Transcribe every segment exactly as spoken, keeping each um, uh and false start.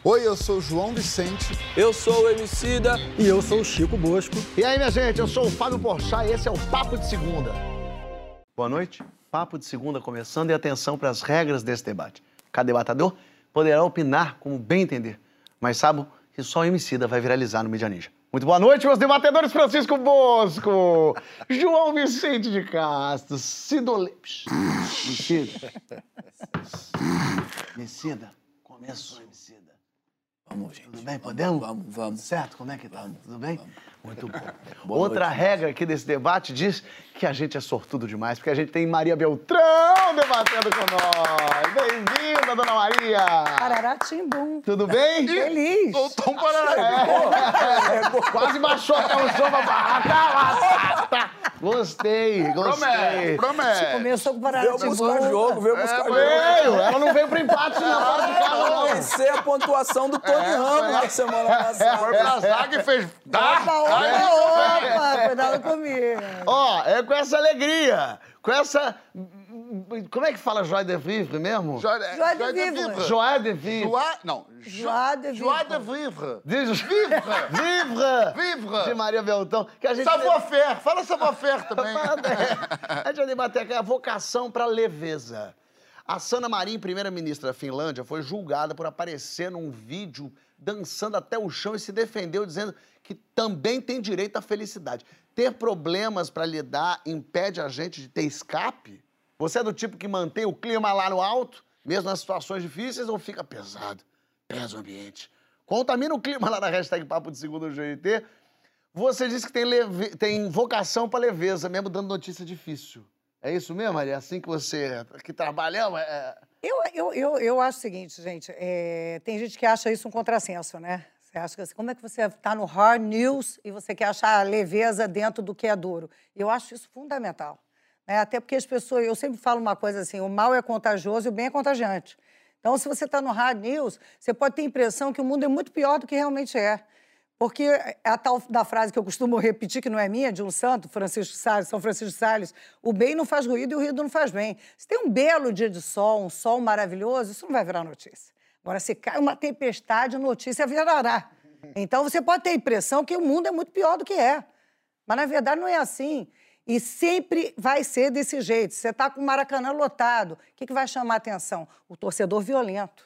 Oi, eu sou o João Vicente. Eu sou o Emicida. E eu sou o Chico Bosco. E aí, minha gente, eu sou o Fábio Porchat e esse é o Papo de Segunda. Boa noite. Papo de Segunda começando e atenção para as regras desse debate. Cada debatedor poderá opinar como bem entender, mas sabe que só o Emicida vai viralizar no Mídia Ninja. Muito boa noite, meus debatedores. Francisco Bosco, João Vicente de Castro, Cido... Emicida. Emicida. Começou, Emicida. Vamos, gente. Tudo bem? Podemos? Vamos, vamos. Certo? Como é que tá? Vamos, Tudo bem? vamos. Muito bom. Boa Outra noite, regra aqui desse debate diz que a gente é sortudo demais, porque a gente tem Maria Beltrão debatendo com nós. Bem-vinda, dona Maria! Parará-tim-bum. Tudo bem? Feliz. Soltou um parará. É, quase baixou até o som pra barrar. Tá, Gostei, gostei. Promete, promete. Começou com Veio Parará-tim-bum. buscar jogo, veio buscar jogo. Veio, ela não veio pro empate na fora de casa, Ela não. vencer a pontuação do Tony Ramos na semana passada. Foi pra zaga e fez... Tá? Opa, opa, opa, cuidado comigo. Ó, é com essa alegria, com essa... Como é que fala joie de vivre mesmo? Joie Joie de vivre. Joie de vivre. Joie... Não. Joie de Joie de vivre. vivre. Diz... Vivre! Vivre! Vivre. De Maria Beltrão. Que a gente... Savoir-faire. Fala savoir-faire também. A gente vai debater aqui a vocação para leveza. A Sanna Marin, primeira-ministra da Finlândia, foi julgada por aparecer num vídeo dançando até o chão e se defendeu dizendo que também tem direito à felicidade. Ter problemas para lidar impede a gente de ter escape? Você é do tipo que mantém o clima lá no alto, mesmo nas situações difíceis, ou fica pesado? Pesa o ambiente. Contamina o clima lá na hashtag Papo de Segunda G I T. Você disse que tem, leve... tem vocação para leveza, mesmo dando notícia difícil. É isso mesmo, Maria? É assim que você que trabalha? É... Eu, eu, eu, eu acho o seguinte, gente, é, tem gente que acha isso um contrassenso, né? Você acha que assim, como é que você está no hard news e você quer achar leveza dentro do que é duro? Eu acho isso fundamental. Né? Até porque as pessoas, eu sempre falo uma coisa assim, o mal é contagioso e o bem é contagiante. Então, se você está no hard news, você pode ter a impressão que o mundo é muito pior do que realmente é. Porque é a tal da frase que eu costumo repetir, que não é minha, de um santo, Francisco Sales, São Francisco de Sales, o bem não faz ruído e o ruído não faz bem. Se tem um belo dia de sol, um sol maravilhoso, isso não vai virar notícia. Agora, se cai uma tempestade, notícia virará. Então, você pode ter a impressão que o mundo é muito pior do que é. Mas, na verdade, não é assim. E sempre vai ser desse jeito. Você está com o Maracanã lotado. O que, que vai chamar a atenção? O torcedor violento.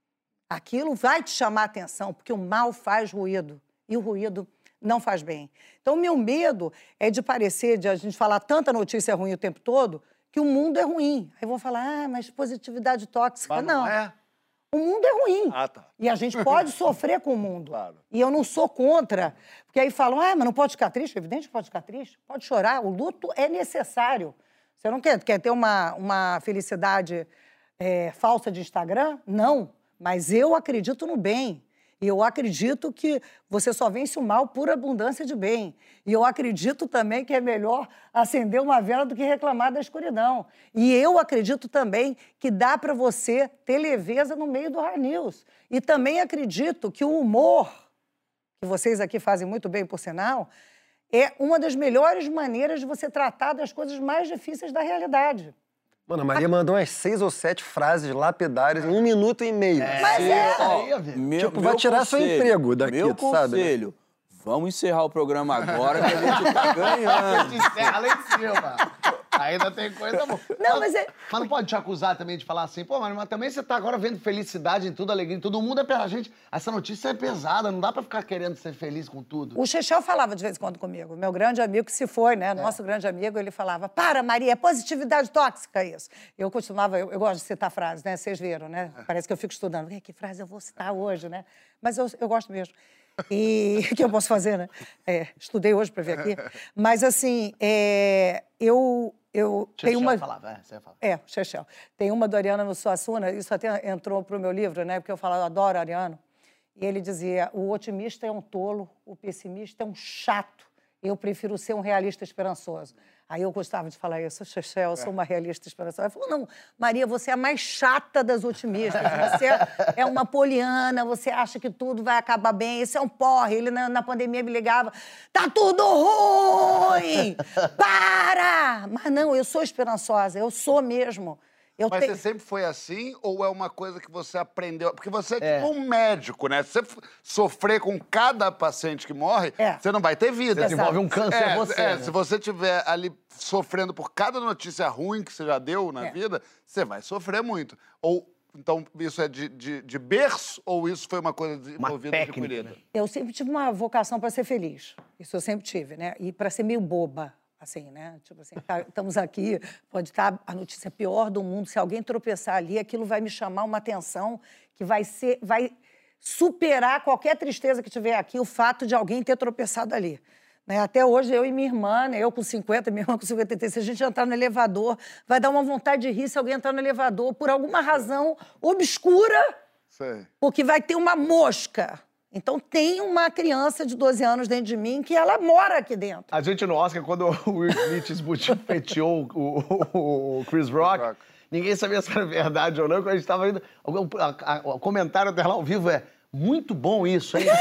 Aquilo vai te chamar a atenção, porque o mal faz ruído. E o ruído não faz bem. Então, o meu medo é de parecer, de a gente falar tanta notícia ruim o tempo todo, que o mundo é ruim. Aí vão falar, ah, mas positividade tóxica. Mas não, não é? O mundo é ruim. Ah, tá. E a gente pode sofrer com o mundo. Claro. E eu não sou contra. Porque aí falam, ah, mas não pode ficar triste? É evidente que pode ficar triste. Pode chorar. O luto é necessário. Você não quer, quer ter uma, uma felicidade é, falsa de Instagram? Não. Mas eu acredito no bem. E eu acredito que você só vence o mal por abundância de bem. E eu acredito também que é melhor acender uma vela do que reclamar da escuridão. E eu acredito também que dá para você ter leveza no meio do hard news. E também acredito que o humor, que vocês aqui fazem muito bem, por sinal, é uma das melhores maneiras de você tratar das coisas mais difíceis da realidade. Mano, a Maria mandou umas seis ou sete frases lapidárias em um minuto e meio. É. Mas é... Ó, meu, tipo, vai tirar seu emprego daqui, meu tu sabe, né? conselho, vamos encerrar o programa agora que a gente tá ganhando. Encerra lá em cima. Ainda tem coisa boa. Não, mas é... Mas não pode te acusar também de falar assim, pô, mas também você tá agora vendo felicidade em tudo, alegria em tudo. O mundo é pra gente. Essa notícia é pesada, não dá pra ficar querendo ser feliz com tudo. O Chechel falava de vez em quando comigo, meu grande amigo que se foi, né? Nosso é. grande amigo, ele falava, para, Maria, é positividade tóxica isso. Eu costumava, eu, eu gosto de citar frases, né? Vocês viram, né? É. Parece que eu fico estudando. Que frase eu vou citar hoje, né? Mas eu, eu gosto mesmo. E o que eu posso fazer, né? É, estudei hoje pra vir aqui. Mas, assim, é, eu... Eu tenho uma... falava, é, você falava. É, Chechel. Tem uma do Ariano Suassuna, isso até entrou pro meu livro, né? Porque eu falo, eu adoro Ariano. E ele dizia, o otimista é um tolo, o pessimista é um chato. Eu prefiro ser um realista esperançoso. Aí eu gostava de falar isso, Chechel, eu sou uma realista esperançosa. Ele falou, não, Maria, você é a mais chata das otimistas. Você é uma poliana, você acha que tudo vai acabar bem. Esse é um porre. Ele, na, na pandemia, me ligava, tá tudo ruim! Para! Mas não, eu sou esperançosa, eu sou mesmo. Eu Mas te- você sempre foi assim ou é uma coisa que você aprendeu? Porque você é É. tipo um médico, né? Se você f- sofrer com cada paciente que morre, É. você não vai ter vida. Você desenvolve um câncer É, você, é, né? se você estiver ali sofrendo por cada notícia ruim que você já deu na É. vida, você vai sofrer muito. Ou, então, isso é de, de, de berço ou isso foi uma coisa desenvolvida de técnica, colhida? né? Eu sempre tive uma vocação para ser feliz. Isso eu sempre tive, né? E para ser meio boba, assim, né? Tipo assim, tá, estamos aqui, pode estar a notícia pior do mundo. Se alguém tropeçar ali, aquilo vai me chamar uma atenção que vai ser, vai superar qualquer tristeza que tiver aqui, o fato de alguém ter tropeçado ali. Né? Até hoje, eu e minha irmã, né? Eu com cinquenta, minha irmã com cinquenta e três, se a gente entrar no elevador, vai dar uma vontade de rir se alguém entrar no elevador por alguma razão obscura, Sei. porque vai ter uma mosca. Então, tem uma criança de doze anos dentro de mim que ela mora aqui dentro. A gente no Oscar, quando o Will Smith esbofeteou o, o, o Chris Rock, Rock. ninguém sabia se era verdade ou não. Quando a gente estava indo, o, a- a- o comentário dela ao vivo é muito bom isso, hein?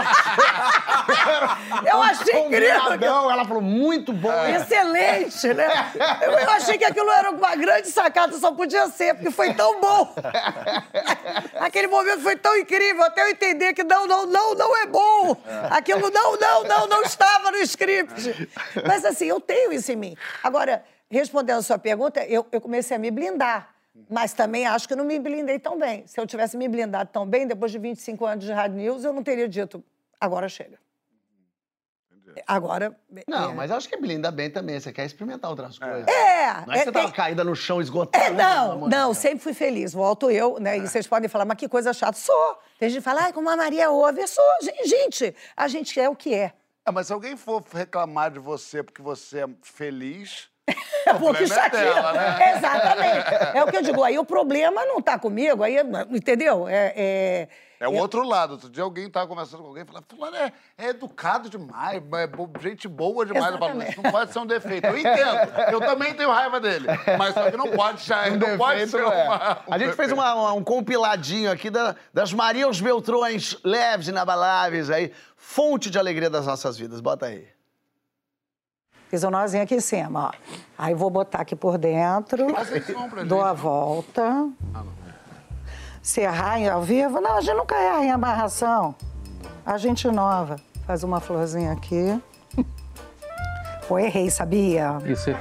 Eu achei incrível. Combinadão. Ela falou, muito bom isso. Excelente, né? Eu, eu achei que aquilo era uma grande sacada, só podia ser, porque foi tão bom. Aquele momento foi tão incrível, até eu entender que não, não, não, não é bom. Aquilo não, não, não, não estava no script. Mas assim, eu tenho isso em mim. Agora, respondendo a sua pergunta, eu, eu comecei a me blindar. Mas também acho que eu não me blindei tão bem. Se eu tivesse me blindado tão bem, depois de vinte e cinco anos de Hard News, eu não teria dito, agora chega. Agora... Não, é. mas acho que blinda bem também. Você quer experimentar outras coisas. É! Não é que você é, tava tem- caída no chão esgotada. É, não, amor. não, sempre fui feliz. Volto eu, né? E vocês podem falar, mas que coisa chata. Sou. Tem gente que fala, ai, como a Maria ouve. Eu sou. Gen- Gente, a gente é o que é. Ah, mas se alguém for reclamar de você porque você é feliz... É um pouco problema é chatinho. dela, né? Exatamente. É o que eu digo. Aí o problema não tá comigo, aí, entendeu? É, é, É o outro lado. Outro dia alguém tava conversando com alguém e falava, fulano é, é educado demais, é bo- gente boa demais. Eu falo, Exatamente. isso não pode ser um defeito. Eu entendo. Eu também tenho raiva dele. Mas só que não pode, já, não pode Defeito ser não é. uma... um A gente fez defeito. uma- uma- um compiladinho aqui da- das Marias Beltrões leves e inabaláveis aí, fonte de alegria das nossas vidas. Bota aí. Fiz um nozinho aqui em cima, ó. Aí vou botar aqui por dentro. Faz esse som pra gente, Dou a não? volta. Se errar em ao vivo... Não, a gente nunca erra em amarração. A gente inova. Faz uma florzinha aqui. Pô, errei, sabia? Isso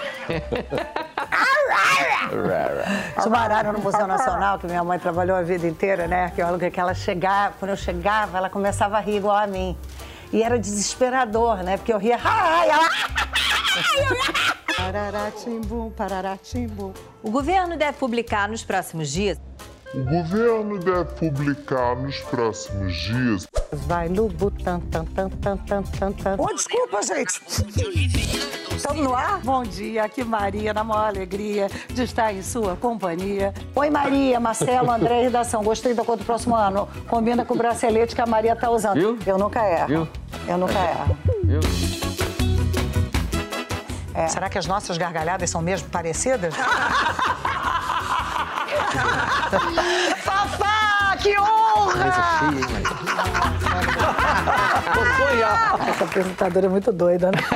Chumararam no Museu Nacional, que minha mãe trabalhou a vida inteira, né? Que eu- que ela chegava, quando eu chegava, ela começava a rir igual a mim. E era desesperador, né? Porque eu ria... Ai, ela... Pararatimbu, pararatimbu. O governo deve publicar nos próximos dias O governo deve publicar nos próximos dias Vai, Lubu, tan, tan, tan, tan, tan, tan, tan. Oh, desculpa, gente. Estamos no ar? Bom dia, aqui Maria, na maior alegria de estar em sua companhia. Oi, Maria, Marcelo, André, redação. Gostei da cor do próximo ano. Combina com o bracelete que a Maria tá usando. Viu? Eu nunca erro. Viu? Eu nunca erro. Viu? É. Será que as nossas gargalhadas são mesmo parecidas? Fafá, que honra! Essa apresentadora é muito doida, né?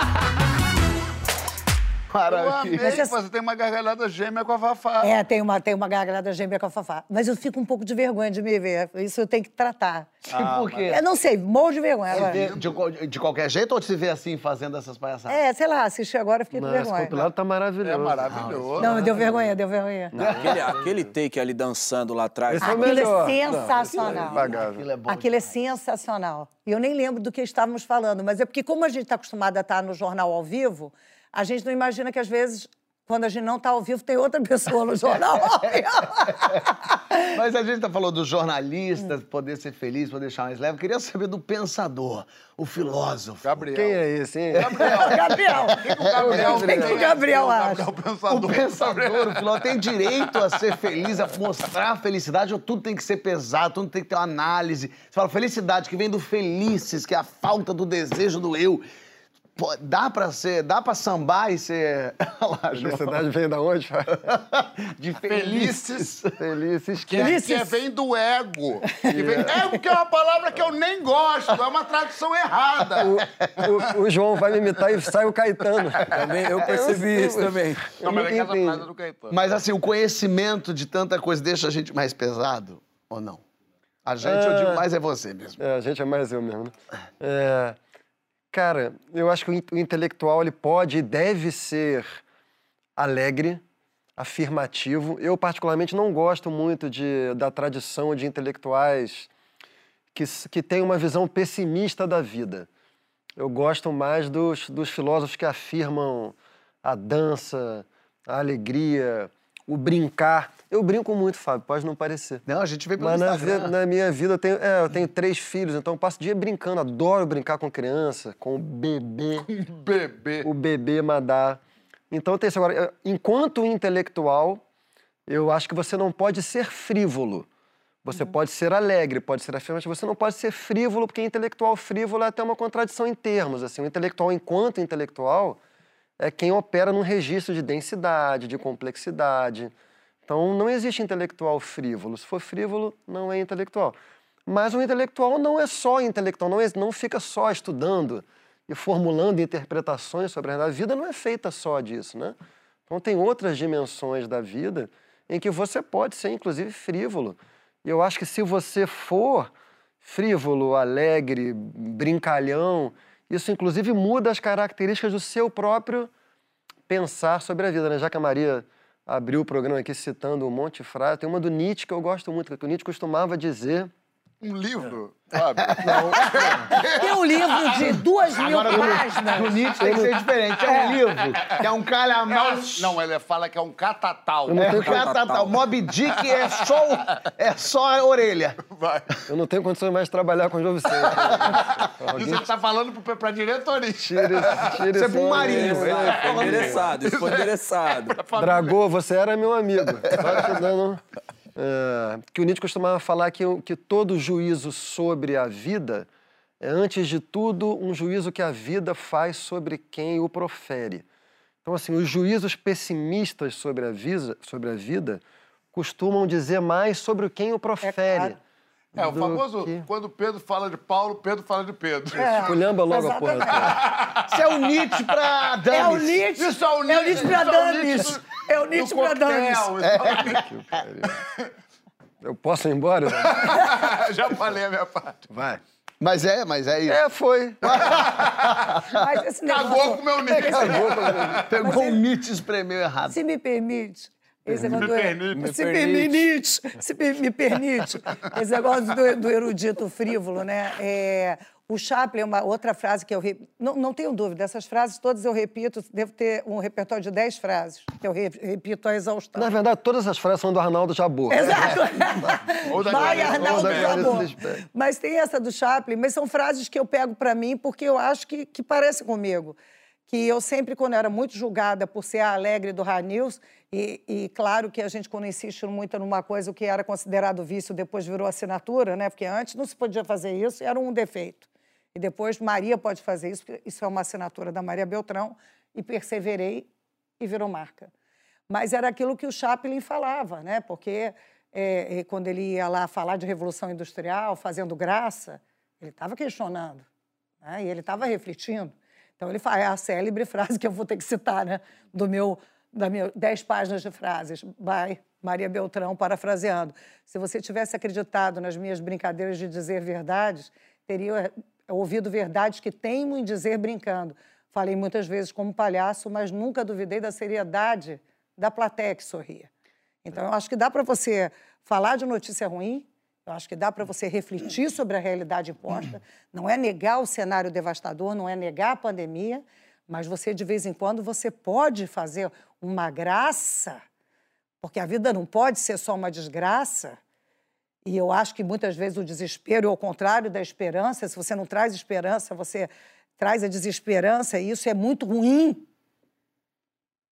Eu Maravilha. amei que você tem uma gargalhada gêmea com a Fafá. É, tem uma, tem uma gargalhada gêmea com a Fafá. Mas eu fico um pouco de vergonha de me ver. Isso eu tenho que tratar. Por quê? Eu não sei, morro de vergonha Se agora. vê de, qual- de qualquer jeito ou se vê assim, fazendo essas palhaçadas? É, sei lá, assisti agora e fiquei com Não, esse vergonha. compilado tá maravilhoso. É maravilhoso. Não, deu vergonha, deu vergonha. Não, aquele, aquele take ali dançando lá atrás. Esse é o Aquilo melhor. é sensacional. Aquilo é bom. Aquilo é sensacional. E eu nem lembro do que estávamos falando, mas é porque como a gente está acostumado a estar no jornal ao vivo, a gente não imagina que às vezes, quando a gente não está ao vivo, tem outra pessoa no jornal ao vivo. Mas a gente tá falando do jornalista, poder ser feliz, poder deixar mais leve. Eu queria saber do pensador, o filósofo. Gabriel. Quem é esse, hein? Gabriel, Gabriel, o que que o Gabriel acha? O pensador. O pensador, o filósofo, tem direito a ser feliz, a mostrar a felicidade, ou tudo tem que ser pesado, tudo tem que ter uma análise. Você fala, felicidade que vem do felices, que é a falta do desejo do eu. Pô, dá pra ser, dá pra sambar e ser... Olha lá, João. Felicidade vem da onde? De Felices. Felices. Que, é, que é, vem do ego. Que vem, ego que é uma palavra que eu nem gosto, é uma tradução errada. O, o, o João vai me imitar e sai o Caetano. Também, eu percebi Eu- isso também. Não, mas é que essa entendi. frase é do Caetano. Mas assim, o conhecimento de tanta coisa deixa a gente mais pesado ou não? A gente, eu digo mais é você mesmo. É, a gente é mais eu mesmo, né? É, cara, eu acho que o in- o intelectual ele pode e deve ser alegre, afirmativo. Eu, particularmente, não gosto muito de, da tradição de intelectuais que, s- que têm uma visão pessimista da vida. Eu gosto mais dos, dos filósofos que afirmam a dança, a alegria, o brincar. Eu brinco muito, Fábio, pode não parecer. Não, a gente vê pelo Mas na, Instagram. vi- na minha vida eu tenho, é, eu tenho três filhos, então eu passo o dia brincando. Adoro brincar com criança, com o bebê, Bebê. o bebê Madá. Então tem isso. Agora, eu- enquanto intelectual, eu acho que você não pode ser frívolo. Você pode ser alegre, pode ser afirmativo. Você não pode ser frívolo, porque intelectual frívolo é até uma contradição em termos. Assim, o intelectual, enquanto intelectual, é quem opera num registro de densidade, de complexidade. Então, não existe intelectual frívolo. Se for frívolo, não é intelectual. Mas o intelectual não é só intelectual, não, é, não fica só estudando e formulando interpretações sobre a realidade. A vida não é feita só disso, né? Então, tem outras dimensões da vida em que você pode ser, inclusive, frívolo. E eu acho que se você for frívolo, alegre, brincalhão, isso, inclusive, muda as características do seu próprio pensar sobre a vida, né? Já que a Maria abriu o programa aqui citando um monte de frases, tem uma do Nietzsche que eu gosto muito, que o Nietzsche costumava dizer... Um livro, sabe? Tem um livro de duas mil páginas. Do Nietzsche tem que ser diferente. É um livro, que é um calhamaço. Não, ele fala que é um catatal. Eu não É tenho um catatal. Moby Dick é só, o- é só a orelha. Vai. Eu não tenho condições mais de trabalhar com o João Vicente. Isso ele tá falando pro- pra diretoria. Tira, tira Isso é pro esse Marinho. homem. Ele- Foi endereçado, isso foi endereçado. Dragô, você era meu amigo. Só te dando... É, que o Nietzsche costumava falar que, o- que todo juízo sobre a vida é, antes de tudo, um juízo que a vida faz sobre quem o profere. Então, assim, os juízos pessimistas sobre a, visa, sobre a vida costumam dizer mais sobre quem o profere. É, o do famoso, que- quando Pedro fala de Paulo, Pedro fala de Pedro. Esculhamba logo a porra toda. Isso é o Nietzsche pra Dames. É o Nietzsche. Isso é o É o Nietzsche, Nietzsche pra isso é o dames. Nietzsche É o do Nietzsche pra coquetel, dames. isso é o Nietzsche. Eu posso ir embora? Já falei a minha parte. Vai. Mas é, mas é isso. É, foi. Mas esse negócio... Cagou com o meu Nietzsche. Pegou um Nietzsche e espremeu errado. Se me permite... Esse negócio Me do- permite. Se Me me permite. permite. Se me me permite. Esse negócio do, do erudito frívolo, né? É, o Chaplin é uma outra frase que eu... Re... Não, não tenho dúvida, essas frases todas eu repito, devo ter um repertório de dez frases, que eu re- repito a exaustão. Na verdade, todas as frases são do Arnaldo Jabor. Exato. Ou da Vai, Clarice- Arnaldo ou da Clarice Jabor. Lispector. Mas tem essa do Chaplin, mas são frases que eu pego para mim porque eu acho que, que parecem comigo. Que eu sempre, quando eu era muito julgada por ser a alegre do Hard News, e, e claro que a gente, quando insiste muito numa coisa, o que era considerado vício, depois virou assinatura, né? Porque antes não se podia fazer isso, era um defeito. E depois Maria pode fazer isso, porque isso é uma assinatura da Maria Beltrão, e perseverei e virou marca. Mas era aquilo que o Chaplin falava, né? Porque é, é, quando ele ia lá falar de Revolução Industrial, fazendo graça, ele estava questionando, né? E ele estava refletindo. Então, ele fala, é a célebre frase que eu vou ter que citar, né? Do meu, da minha, dez páginas de frases. Vai, Maria Beltrão, parafraseando. Se você tivesse acreditado nas minhas brincadeiras de dizer verdades, teria ouvido verdades que teimo em dizer brincando. Falei muitas vezes como palhaço, mas nunca duvidei da seriedade da plateia que sorria. Então, eu acho que dá para você falar de notícia ruim, eu acho que dá para você refletir sobre a realidade imposta. Não é negar o cenário devastador, não é negar a pandemia, mas você, de vez em quando, você pode fazer uma graça, porque a vida não pode ser só uma desgraça. E eu acho que, muitas vezes, o desespero é o contrário da esperança. Se você não traz esperança, você traz a desesperança, e isso é muito ruim.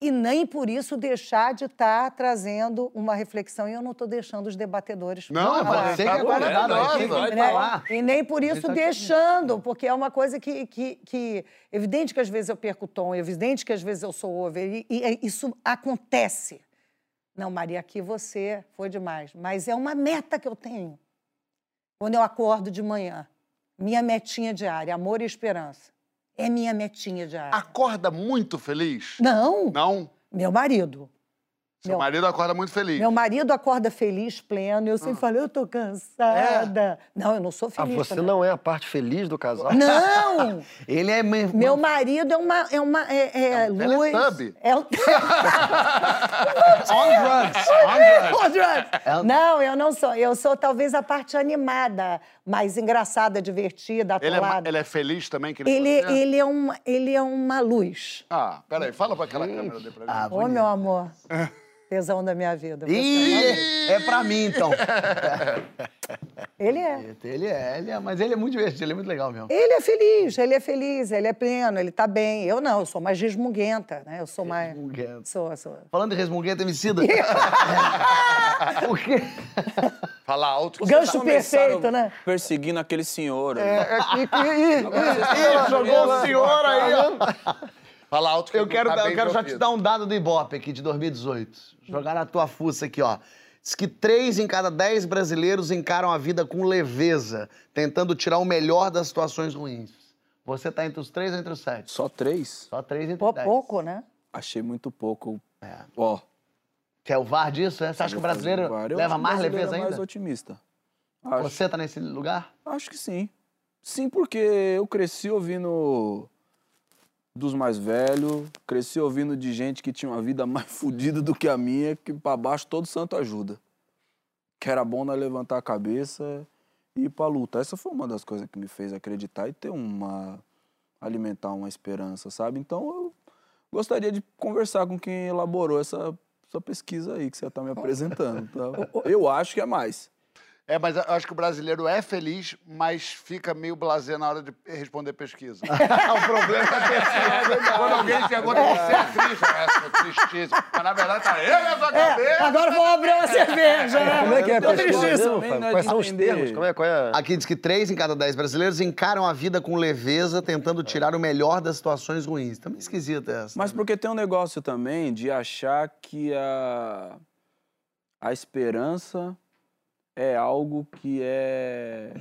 e nem por isso deixar de estar trazendo uma reflexão. E eu não estou deixando os debatedores Não, é falar. você que é convidado, maravilhosa. aí tem que Né? falar. E nem por isso deixando, porque é uma coisa que, que, que... Evidente que às vezes eu perco o tom, evidente que às vezes eu sou over, e, e isso acontece. Não, Maria, aqui você foi demais. Mas é uma meta que eu tenho. Quando eu acordo de manhã, minha metinha diária, amor e esperança. É minha metinha diária. Acorda muito feliz? Não, Não? meu marido. Seu Meu- marido acorda muito feliz. Meu marido acorda feliz, pleno, e eu sempre falo, eu tô cansada. Não, eu não sou Ah, feliz você também. não é a parte feliz do casal? Não! Ele é... me- Meu marido é uma... É uma é, é, luz... Teletubby. É um... On drugs. On drugs. On drugs. Não, eu não sou. Eu sou talvez a parte animada, mais engraçada, divertida, Ele é, ma- atolada. ele é feliz também? Que nem Ele, você? ele, é uma, ele é uma luz. Ah, peraí, fala pra aquela câmera ali pra mim. Ah, Ô, meu amor. Tesão da minha vida. Você Ih, é pra mim, então. Ele é. Ele é, ele é, mas ele é muito divertido, ele é muito legal mesmo. Ele é feliz, ele é feliz, ele é pleno, ele tá bem. Eu não, eu sou mais resmunguenta, né? Eu sou mais... Resmunguenta. Sou, sou. Falando de resmunguenta emicida. Por quê? Fala alto. que Gancho Começaram perfeito, né? Perseguindo aquele senhor. É, né? é, e, e, Ih, jogou o senhor aí, ó. Fala alto que Eu quero, tá dar- bem eu quero já te ouvido. dar um dado do Ibope aqui, de dois mil e dezoito. Jogar na tua fuça aqui, ó. Diz que três em cada dez brasileiros encaram a vida com leveza, tentando tirar o melhor das situações ruins. Você tá entre os três ou entre os sete? Só três? Só três entre Pô, dez. pouco, né? Achei muito pouco. É. Ó. Você é o V A R disso, é? Você acha que o brasileiro Eu acho leva que o mais brasileiro leveza é mais ainda? otimista. Acho. Você tá nesse lugar? Acho que sim. Sim, porque eu cresci ouvindo dos mais velhos, cresci ouvindo de gente que tinha uma vida mais fodida do que a minha, que pra baixo todo santo ajuda. Que era bom nós levantar a cabeça e ir pra luta. Essa foi uma das coisas que me fez acreditar e ter uma... alimentar uma esperança, sabe? Então eu gostaria de conversar com quem elaborou essa, essa pesquisa aí que você tá me apresentando. Tá? Eu acho que é mais. É, mas eu acho que o brasileiro é feliz, mas fica meio blasé na hora de responder pesquisa. O problema é Quando alguém pergunta, você é triste? É, sou tristíssimo. Mas na verdade tá eu na sua cabeça. Agora vou abrir uma cerveja, né? Como é que é a Tô pesquisa? tristíssimo. mesmo, Fábio? Não é Quais de são os entender. termos? Como é, qual é? Aqui diz que três em cada dez brasileiros encaram a vida com leveza, tentando tirar o melhor das situações ruins. Também esquisita essa. Mas porque tem um negócio também de achar que a, a esperança é algo que é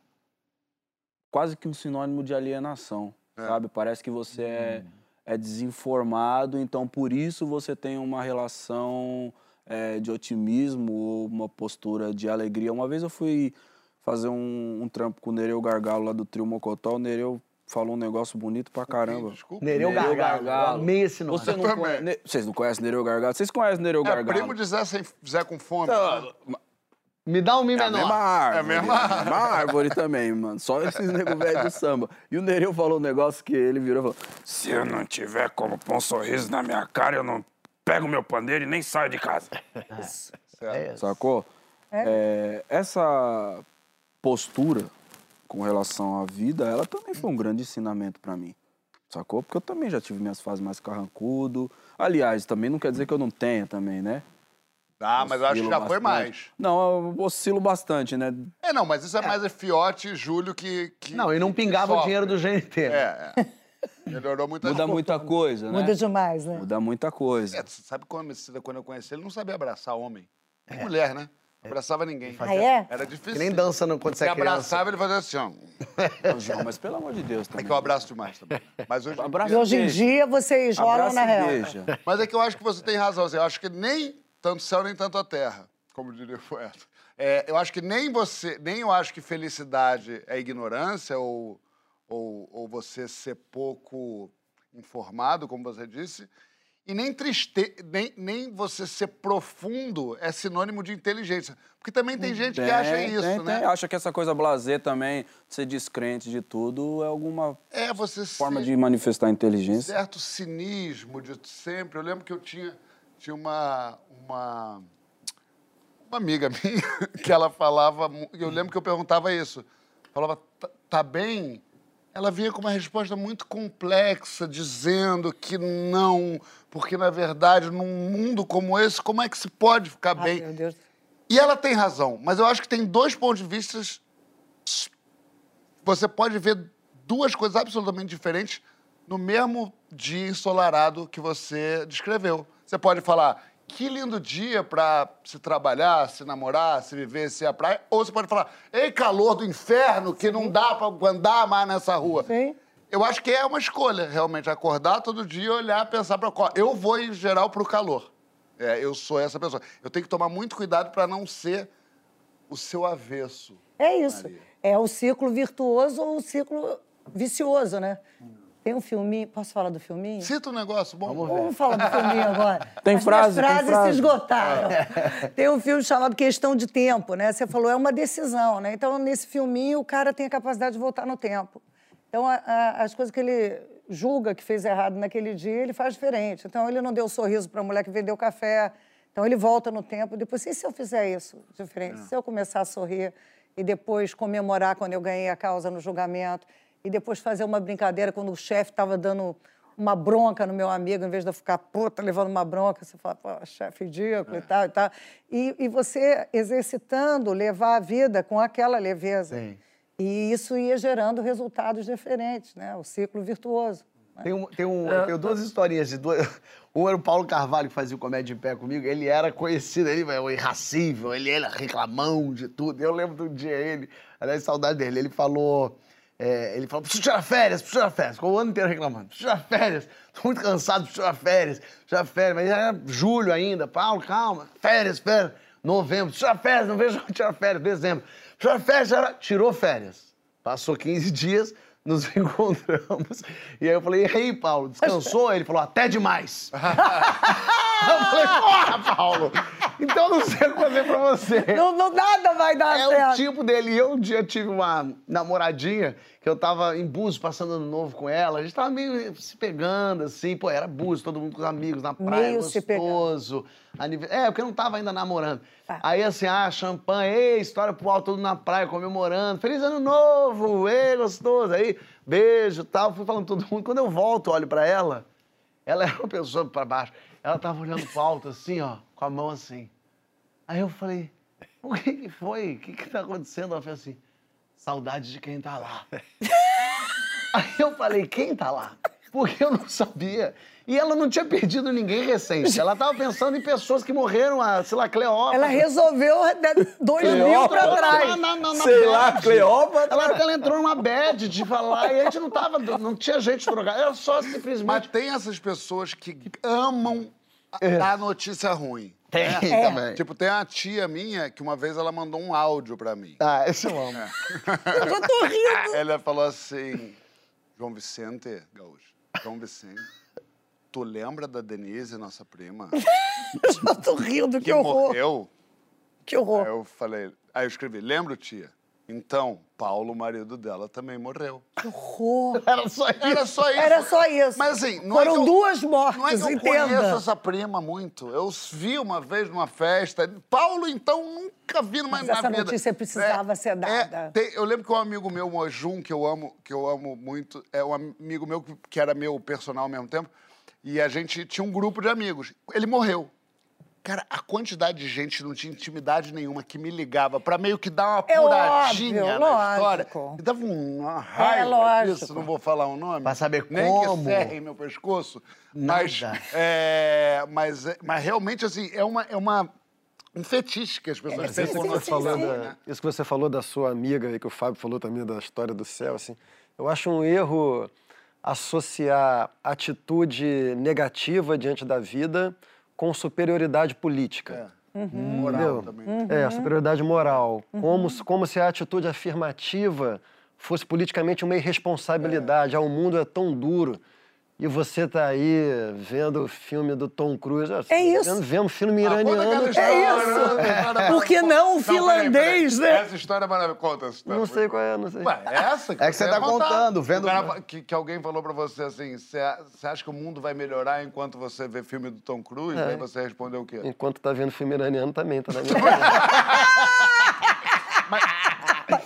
quase que um sinônimo de alienação, sabe? Parece que você é, é desinformado, então por isso você tem uma relação é, de otimismo ou uma postura de alegria. Uma vez eu fui fazer um, um trampo com o Nereu Gargalo lá do Trio Mocotó, o Nereu falou um negócio bonito pra caramba. Desculpa. Nereu Nereu Gargalo. Gargalo. Eu amei esse nome. Você não também. conhe- Ne- Vocês não conhecem Nereu Gargalo? Vocês conhecem Nereu É Gargalo? primo de Zé, sem, Zé com fome. né? Me dá um mi É a menor. mesma árvore. É a mesma a mesma árvore também, mano. Só esses nego velho do samba. E o Nereu falou um negócio que ele virou e falou: se eu não tiver como pôr um sorriso na minha cara, eu não pego meu pandeiro e nem saio de casa. É. Sacou? É, essa postura com relação à vida, ela também foi um grande ensinamento pra mim. Sacou? Porque eu também já tive minhas fases mais carrancudo. Aliás, também não quer dizer que eu não tenha também, né? Ah, mas eu acho que já Oscilo foi bastante. mais. Não, eu oscilo bastante, né? É, não, mas isso é mais Fiote e Júlio que, que... Não, e não que pingava o sofre. dinheiro do G N T. É, é. Melhorou muita Muda muita coisa, né? Muda demais, né? Muda muita coisa. É, você sabe quando, quando eu conheci ele, não sabia abraçar homem. Nem mulher, né? Não abraçava ninguém. Ah, é? Era Que difícil. nem dança no- quando você Você é criança. abraçava, ele fazia assim, ó. Ô, João, mas pelo amor de Deus É também. que eu abraço demais também. Mas hoje, em Abraço E hoje em Beijo. dia vocês rolam Abraço na e real. beija. Mas é que eu acho que você tem razão. assim, Eu acho que nem tanto céu, nem tanto a terra, como diria o poeta. É, eu acho que nem você, nem eu acho que felicidade é ignorância ou, ou, ou você ser pouco informado, como você disse, e nem, triste, nem, nem você ser profundo é sinônimo de inteligência. Porque também tem gente que acha Tem, isso, tem, né? tem. Acha que essa coisa blasé também, ser descrente de tudo, é alguma É, você forma ser- de manifestar inteligência. certo cinismo de sempre. Eu lembro que eu tinha, tinha uma, uma, uma amiga minha que ela falava... mu- Eu lembro que eu perguntava isso. Falava, "Tá- tá bem? ela vinha com uma resposta muito complexa, dizendo que não, porque, na verdade, num mundo como esse, como é que se pode ficar Ai, bem? meu Deus. E ela tem razão, mas eu acho que tem dois pontos de vista. Você pode ver duas coisas absolutamente diferentes no mesmo dia ensolarado que você descreveu. Você pode falar, que lindo dia para se trabalhar, se namorar, se viver, se ir à praia. Ou você pode falar, ei, calor do inferno, que não dá para andar mais nessa rua. Sim. Eu acho que é uma escolha, realmente, acordar todo dia, olhar, pensar para qual. Eu vou, em geral, para o calor. É, eu sou essa pessoa. Eu tenho que tomar muito cuidado para não ser o seu avesso. É isso. Maria. É o ciclo virtuoso ou o ciclo vicioso, né? Tem um filminho... Posso falar do filminho? Cita um negócio bom. Vamos, Vamos falar do filminho agora. Tem As frase, minhas tem frases frase. se esgotaram. Tem um filme chamado Questão de Tempo, né? Você falou, é uma decisão, né? Então, nesse filminho, o cara tem a capacidade de voltar no tempo. Então, a, a, as coisas que ele julga que fez errado naquele dia, ele faz diferente. Então, ele não deu sorriso para a mulher que vendeu café. Então, ele volta no tempo. Depois, e se eu fizer isso diferente? Se eu começar a sorrir e depois comemorar quando eu ganhei a causa no julgamento e depois fazer uma brincadeira quando o chefe estava dando uma bronca no meu amigo, em vez de eu ficar puta levando uma bronca, você fala, pô, chefe ridículo é. e tal e tal. E, e você exercitando, levar a vida com aquela leveza. Sim. E isso ia gerando resultados diferentes, né? O ciclo virtuoso. Né? Tem, um, tem, um, eu tenho duas historinhas de duas... Um era o Paulo Carvalho, que fazia o Comédia em Pé comigo. Ele era conhecido, ele era irracível, ele era reclamão de tudo. Eu lembro de um dia ele, aliás, saudade dele, ele falou... É, ele falou, preciso tirar férias, preciso tirar férias. Ficou o ano inteiro reclamando, preciso tirar férias. Tô muito cansado, preciso tirar férias, preciso tirar férias. Mas era julho ainda. Paulo, calma, férias, férias. Novembro, preciso tirar férias, não vejo tirar férias. Dezembro, preciso tirar férias, tirar... tirou férias. Passou quinze dias, nos encontramos. E aí eu falei, e aí, Paulo, descansou? Ele falou, até demais. Eu falei, porra, Paulo, então não sei o que fazer pra você. Não, não nada vai dar É certo. o tipo dele. E eu um dia tive uma namoradinha que eu tava em Búzios, passando ano novo com ela. A gente tava meio se pegando, assim. Pô, era Búzios, todo mundo com os amigos na praia, Meio se gostoso. Anive- É, porque eu não tava ainda namorando. Tá. Aí, assim, ah, champanhe, ei, história pro alto, todo na praia, comemorando. Feliz ano novo, ei, gostoso. Aí, beijo e tal. Fui falando todo mundo. Quando eu volto, olho pra ela, ela era uma pessoa pra baixo. Ela tava olhando pro alto, assim, ó, com a mão assim. Aí eu falei, o que que foi? O que que tá acontecendo? Ela falou assim, saudade de quem tá lá. Aí eu falei, quem tá lá? Porque eu não sabia. E ela não tinha perdido ninguém recente. Ela tava pensando em pessoas que morreram, a, sei lá, Cleópatra. Ela resolveu né, dois mil pra trás. Na, na, na, na Sei lá, bad. Cleópatra. Ela, ela entrou numa bad de falar e a gente não tava, não tinha gente drogada. Era só Mas simplesmente... tem essas pessoas que amam a- dar notícia ruim. Tem É. também. Tipo, tem uma tia minha que uma vez ela mandou um áudio pra mim. Ah, esse eu amo. Eu já tô rindo. Ela falou assim, João Vicente, Gaúcho, João Vicente, tu lembra da Denise, nossa prima, Eu já tô rindo, que, que horror. morreu? Que horror. Aí eu falei, aí eu escrevi, lembro, tia? Então, Paulo, o marido dela, também morreu. Que horror. Era só isso. Era só isso. Era só isso. Mas assim, não Foram é que eu, duas mortes, não é que eu entenda. conheço essa prima muito. Eu vi uma vez numa festa. Paulo, então, nunca vi numa Mas na essa vida. notícia precisava ser dada. tem- eu lembro que um amigo meu, Mojum, que eu amo, que eu amo muito, é um amigo meu que, que era meu personal ao mesmo tempo, e a gente tinha um grupo de amigos. Ele morreu. Cara, a quantidade de gente não tinha intimidade nenhuma que me ligava pra meio que dar uma É apuradinha óbvio, na história. lógico. E dava uma raiva É lógico. disso, não vou falar o nome. Pra saber Nem como. que serrem meu pescoço. Mas, Nada. é, mas, é- mas realmente, assim, é, uma, é uma, um fetiche que as pessoas têm sim, por sim, nós. sim, falando, sim. da- isso que você falou da sua amiga e que o Fábio falou também da história do céu, assim, eu acho um erro associar atitude negativa diante da vida com superioridade política. Moral Entendeu? também. É, superioridade moral. Como, se- como se a atitude afirmativa fosse politicamente uma irresponsabilidade. Ah, o mundo é tão duro. E você tá aí vendo o filme do Tom Cruise. ah, É isso. Vendo, vendo filme Ah, conta aquela iraniano. história, É conta aquela história. Por que não o peraí, finlandês, peraí. né? Essa história é maravilhosa. Conta essa história. Não sei qual é, não sei. Ué, é essa É que você ia tá contar. contando, vendo- O cara que, que alguém falou pra você assim, você você acha que o mundo vai melhorar enquanto você vê filme do Tom Cruise? É. Aí você respondeu o quê? Enquanto tá vendo filme iraniano também, tá na minha cabeça.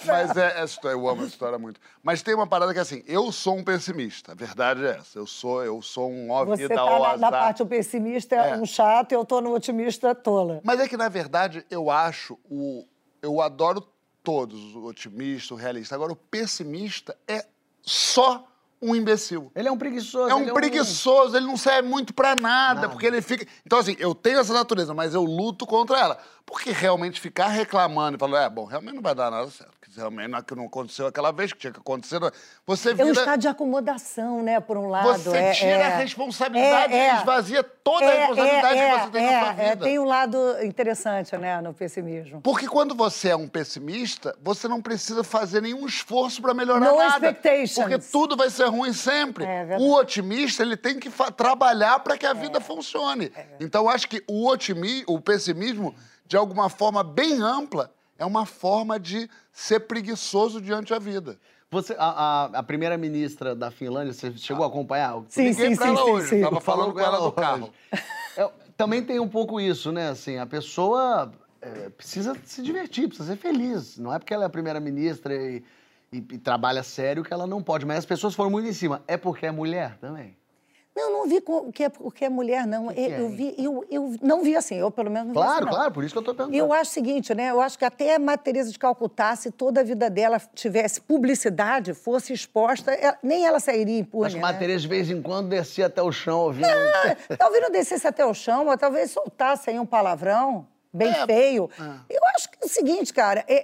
Mas é, essa história, eu amo essa história muito. Mas tem uma parada que, assim, eu sou um pessimista. A verdade é essa. Eu sou, eu sou um ó Você vida, tá ó na, azar. na parte o pessimista é É. um chato e eu tô no otimista tola. Mas é que, na verdade, eu acho o... Eu adoro todos, o otimista, o realista. Agora, o pessimista é só um imbecil. Ele é um preguiçoso. É um ele preguiçoso, ele não serve muito pra nada, porque ele fica... Então, assim, eu tenho essa natureza, mas eu luto contra ela. Porque realmente ficar reclamando e falar, é, bom, realmente não vai dar nada certo. Porque realmente não, não aconteceu aquela vez que tinha que acontecer. Você É um vira... estado de acomodação, né, por um lado. Você é, tira é, a responsabilidade é, é. e esvazia toda a É, responsabilidade é, que você tem é, na sua é, vida. tem um lado interessante, né, no pessimismo. Porque quando você é um pessimista, você não precisa fazer nenhum esforço pra melhorar No nada. expectations. Porque tudo vai ser ruim sempre. É verdade. O otimista, ele tem que fa- trabalhar para que a vida funcione. Então, eu acho que o otimi, o pessimismo, de alguma forma bem ampla, é uma forma de ser preguiçoso diante da vida. Você, a, a, a primeira-ministra da Finlândia, você chegou a acompanhar? Sim, Liguei sim, pra sim, ela sim, hoje, sim. tava falando com ela do hoje. carro. É, também tem um pouco isso, né? Assim, a pessoa é, precisa se divertir, precisa ser feliz. Não é porque ela é a primeira-ministra e, e, e trabalha sério que ela não pode. Mas as pessoas foram muito em cima. É porque é mulher também? Não, não vi o que é, o que é mulher, não. que eu, é, eu hein? vi, eu, eu não vi assim, eu pelo menos não vi Claro, assim, não. claro, por isso que eu tô perguntando. E eu acho o seguinte, né? Eu acho que até a Madre Teresa de Calcutá, se toda a vida dela tivesse publicidade, fosse exposta, ela- nem ela sairia impune. Acho que né? a Tereza, de vez em quando, descia até o chão ouvindo... Ah, talvez não descesse até o chão, mas talvez soltasse aí um palavrão bem É. feio. Eu acho que é o seguinte, cara, é,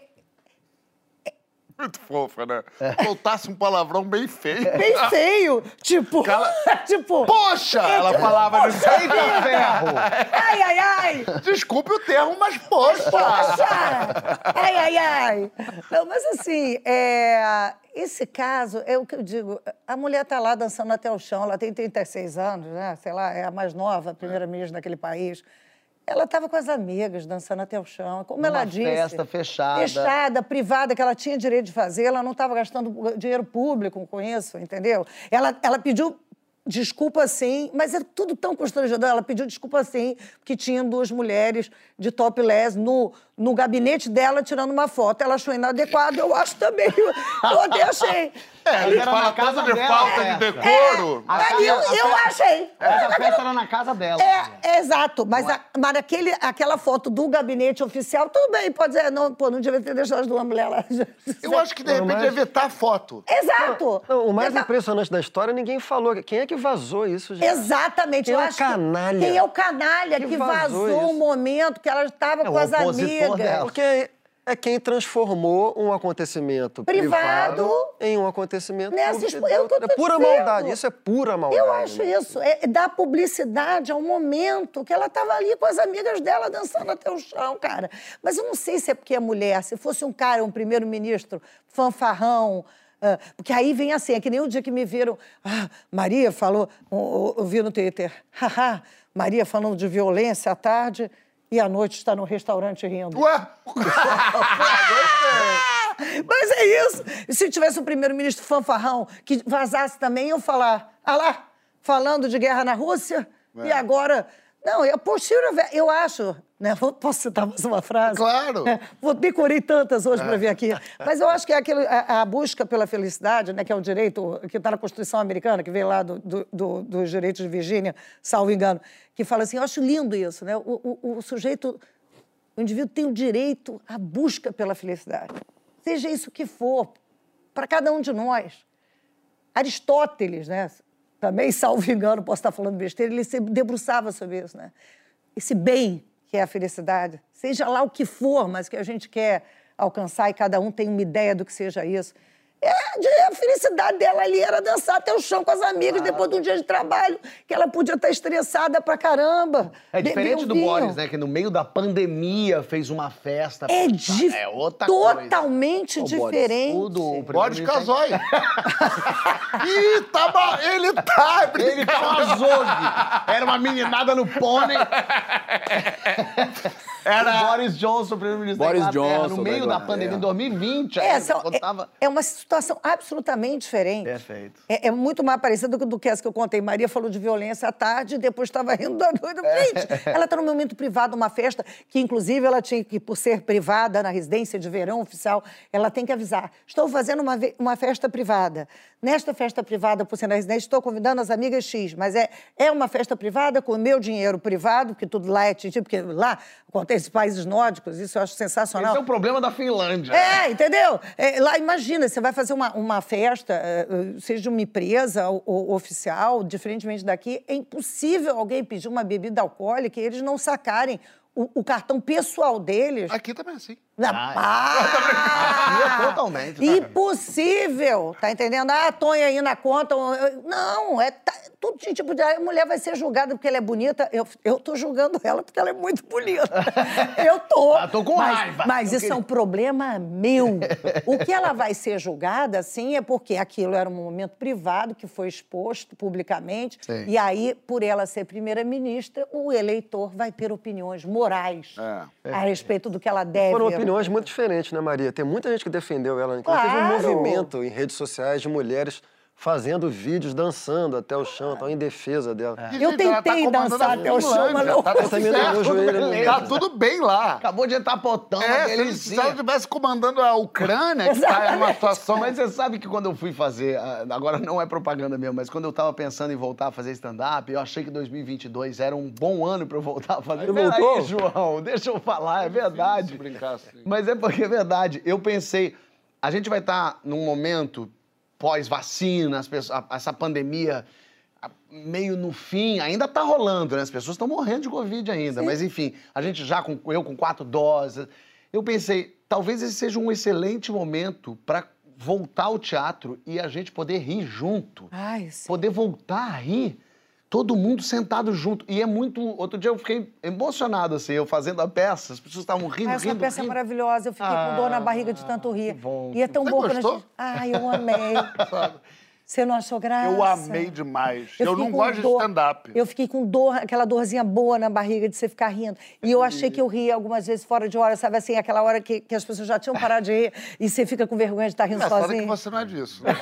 Muito fofa, né? Soltasse um palavrão bem feio. bem feio, tipo... Cala- tipo... Poxa! Ela falava de Sem ferro! Ai, ai, ai! Desculpe o termo, mas poxa! Poxa! Ai, ai, ai! Não, mas assim, é, esse caso, é o que eu digo, a mulher tá lá dançando até o chão, ela tem trinta e seis anos, né? Sei lá, é a mais nova, a primeira-ministra daquele país. Ela estava com as amigas, dançando até o chão. Como Numa ela disse... festa fechada. Fechada, privada, que ela tinha direito de fazer. Ela não estava gastando dinheiro público com isso, entendeu? Ela, ela pediu desculpa, sim, mas é tudo tão constrangedor. Ela pediu desculpa, sim, porque tinha duas mulheres de topless no, no gabinete dela tirando uma foto. Ela achou inadequado, eu acho também. Eu até achei. É, a gente Era na fala casa tanto de dela, falta é. de decoro. A Mas casa- eu, a eu festa- achei. Mas a festa era na casa dela. É, é exato. Mas, a, mas aquele, aquela foto do gabinete oficial, tudo bem, pode dizer, não, pô, não devia ter deixado as duas mulheres lá. Eu acho que, de repente, mas- é vetar a foto. Exato. Não, o mais Exa- impressionante da história, ninguém falou. Quem é que vazou isso, gente? Exatamente. Quem eu é o acho que- canalha? Quem é o canalha que, Que vazou, vazou o isso? momento que ela estava É, com o as opositor amigas. dela. Porque é quem transformou um acontecimento Privado privado, em um acontecimento nessa público. expo- é o que eu tô É pura dizendo. maldade. Isso é pura maldade. Eu acho né? isso. É dar publicidade ao momento que ela estava ali com as amigas dela dançando até o chão, cara. Mas eu não sei se é porque é mulher. Se fosse um cara, um primeiro-ministro fanfarrão... ah, porque aí vem assim, é que nem o dia que me viram... Ah, Maria falou... Eu, eu vi no Twitter. Haha, Maria falando de violência à tarde e à noite está no restaurante rindo. Ué? Mas é isso. E se tivesse um primeiro-ministro fanfarrão que vazasse também, eu falar, ah lá, falando de guerra na Rússia, É. e agora... Não, eu, possível, eu acho, né? Vou- Posso citar mais uma frase? Claro. É, vou decorei tantas hoje para vir aqui. Mas eu acho que é aquele, a, a busca pela felicidade, né, que é o direito que está na Constituição Americana, que veio lá do, do, do, dos direitos de Virgínia, salvo engano, que fala assim, eu acho lindo isso, né? O, o, o sujeito, o indivíduo tem o direito à busca pela felicidade. Seja isso que for, para cada um de nós. Aristóteles, né? Também, salvo engano, posso estar falando besteira, ele se debruçava sobre isso, né? Esse bem que é a felicidade, seja lá o que for, mas que a gente quer alcançar e cada um tem uma ideia do que seja isso. É, de- a felicidade dela ali era dançar até o chão com as amigas depois de um dia de trabalho, que ela podia estar estressada pra caramba. É beber diferente um do vinho. Boris, né? Que no meio da pandemia fez uma festa. É, Puta, di- é outra coisa. totalmente Boris, diferente. o do Boris primeiro-ministro- Casoy. Ih, tá mal. Ele tá Ele tá um açougue. Era uma meninada no pônei. Era... O Boris Johnson, primeiro-ministro da Inglaterra, no meio da, da pandemia, é. em dois mil e vinte. É, aí, são, é, tava... é uma situação absolutamente diferente. Perfeito. É, é muito mais parecida do, do que essa que eu contei. Maria falou de violência à tarde e depois estava rindo da noite. Gente, é. ela está no momento privado, uma festa que, inclusive, ela tinha que, por ser privada, na residência de verão oficial, ela tem que avisar. Estou fazendo uma, uma festa privada. Nesta festa privada, por ser na residência, estou convidando as amigas X, mas é, é uma festa privada com o meu dinheiro privado, porque tudo lá é tipo, porque lá acontece países nórdicos, isso eu acho sensacional. Esse é o problema da Finlândia. É, entendeu? É, lá, imagina, você vai fazer uma, uma festa, seja de uma empresa ou, ou oficial, diferentemente daqui, é impossível alguém pedir uma bebida alcoólica e eles não sacarem o, o cartão pessoal deles. Aqui também é assim. Ah, é totalmente. Tá? Impossível, tá entendendo? Ah, Tonha aí na conta. Não, é tá, tudo tipo de... A mulher vai ser julgada porque ela é bonita. Eu, eu tô julgando ela porque ela é muito bonita. Eu tô. Ah, tô com mas, raiva. Mas isso queria... é um problema meu. O que ela vai ser julgada, sim, é porque aquilo era um momento privado que foi exposto publicamente. Sim. E aí, por ela ser primeira-ministra, o eleitor vai ter opiniões morais é. a respeito do que ela deve... Foram opiniões muito diferentes, né, Maria? Tem muita gente que defendeu ela. Claro. Teve um movimento em redes sociais de mulheres fazendo vídeos dançando até o chão, estão em defesa dela. É. Eu tentei tá dançar até o chão, mas não... Tá, tá, joelho, tá tudo bem lá. Acabou de entrar potão, é, se ela estivesse comandando a Ucrânia, que tá em uma situação... Mas você sabe que quando eu fui fazer, agora não é propaganda mesmo, mas quando eu tava pensando em voltar a fazer stand-up, eu achei que dois mil e vinte e dois era um bom ano pra eu voltar a fazer. Voltou? Aí, João, deixa eu falar, é verdade. Brincar assim. Mas é porque é verdade. Eu pensei, a gente vai estar num momento... pós-vacina, essa pandemia meio no fim, ainda tá rolando, né? As pessoas estão morrendo de Covid ainda, Sim. mas enfim, a gente já, com, eu com quatro doses, eu pensei, talvez esse seja um excelente momento para voltar ao teatro e a gente poder rir junto, Ai, poder voltar a rir, todo mundo sentado junto. E é muito... Outro dia eu fiquei emocionado, assim, eu fazendo a peça, as pessoas estavam rindo, ah, rindo, Essa peça rindo. é maravilhosa, eu fiquei ah, com dor na barriga de tanto rir. Bom, e é tão Você bom gostou? quando a gente... Ah, eu amei. Você não achou graça? Eu amei demais. Eu, eu não gosto dor, de stand-up. Eu fiquei com dor, aquela dorzinha boa na barriga de você ficar rindo. E eu achei que eu ria algumas vezes fora de hora, sabe assim, aquela hora que, que as pessoas já tinham parado de rir e você fica com vergonha de estar rindo é, sozinho. É que você não é disso. Né?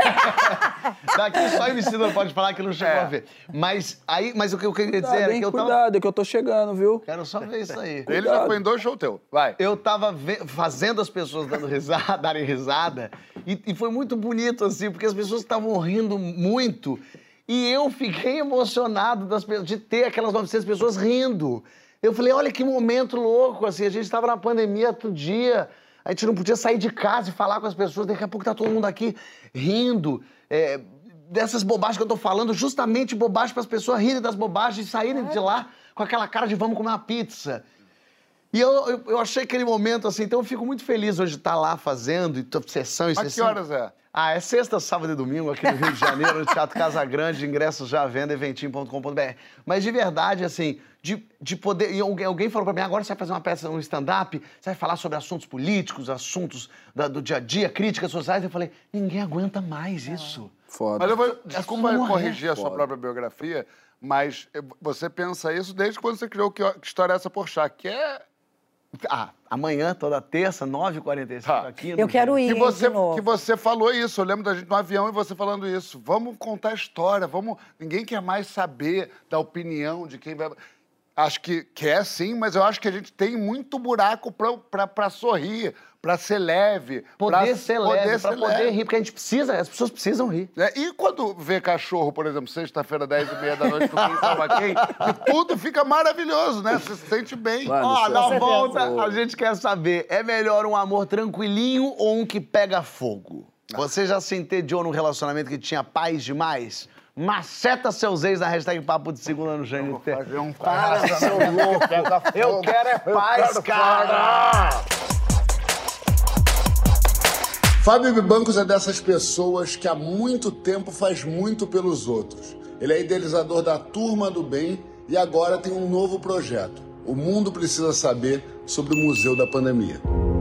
Daqui só o M C não pode falar que não chegou é. a ver. Mas, aí, mas o que eu queria dizer Cuidado, era que eu tava... Cuidado, é que eu tô chegando, viu? Quero só ver isso aí. Ele já foi em dois shows teus. Vai. Eu tava ve... fazendo as pessoas dando risada, darem risada e, e foi muito bonito, assim, porque as pessoas estavam rindo muito. E eu fiquei emocionado das, de ter aquelas novecentas pessoas rindo. Eu falei, olha que momento louco, assim, a gente estava na pandemia outro dia, a gente não podia sair de casa e falar com as pessoas, daqui a pouco tá todo mundo aqui rindo, é, dessas bobagens que eu tô falando, justamente bobagem para as pessoas rirem das bobagens e saírem de lá com aquela cara de vamos comer uma pizza. E eu, eu, eu achei aquele momento assim, então eu fico muito feliz hoje de estar lá fazendo, e sessão e Mas sessão. que horas é? Ah, é sexta, sábado e domingo aqui no Rio de Janeiro, no Teatro Casa Grande, ingressos já à venda, eventim ponto com ponto b r. Mas de verdade, assim, de, de poder... E alguém, alguém falou pra mim, agora você vai fazer uma peça, um stand-up, você vai falar sobre assuntos políticos, assuntos da, do dia a dia, críticas sociais. Eu falei, ninguém aguenta mais isso. Foda. Mas eu vou, desculpa morrer. corrigir a sua Foda. própria biografia, mas você pensa isso desde quando você criou Que História é Essa Porchat, que é... Ah, amanhã, toda terça, nove e quarenta e cinco, Tá. aqui no... Eu quero ir, Que você, de novo. que você falou isso, eu lembro da gente no avião e você falando isso. Vamos contar a história, vamos... Ninguém quer mais saber da opinião de quem vai... Acho que quer sim, mas eu acho que a gente tem muito buraco pra, pra, pra sorrir, pra ser leve. Poder pra ser poder leve, ser pra poder leve. rir, porque a gente precisa, as pessoas precisam rir. É, e quando vê cachorro, por exemplo, sexta-feira, dez e meia da noite, no Quem Salva Quem, tudo fica maravilhoso, né? Você se sente bem. Mano, Ó, isso na é- volta, a gente quer saber, é melhor um amor tranquilinho ou um que pega fogo? Você já se entediou num relacionamento que tinha paz demais? Maceta seus ex na hashtag Papo de Segunda no G N T. Fazer um Para, seu louco. Eu quero é paz, cara. Fábio Bibancos é dessas pessoas que há muito tempo faz muito pelos outros. Ele é idealizador da Turma do Bem e agora tem um novo projeto. O mundo precisa saber sobre o Museu da Pandemia.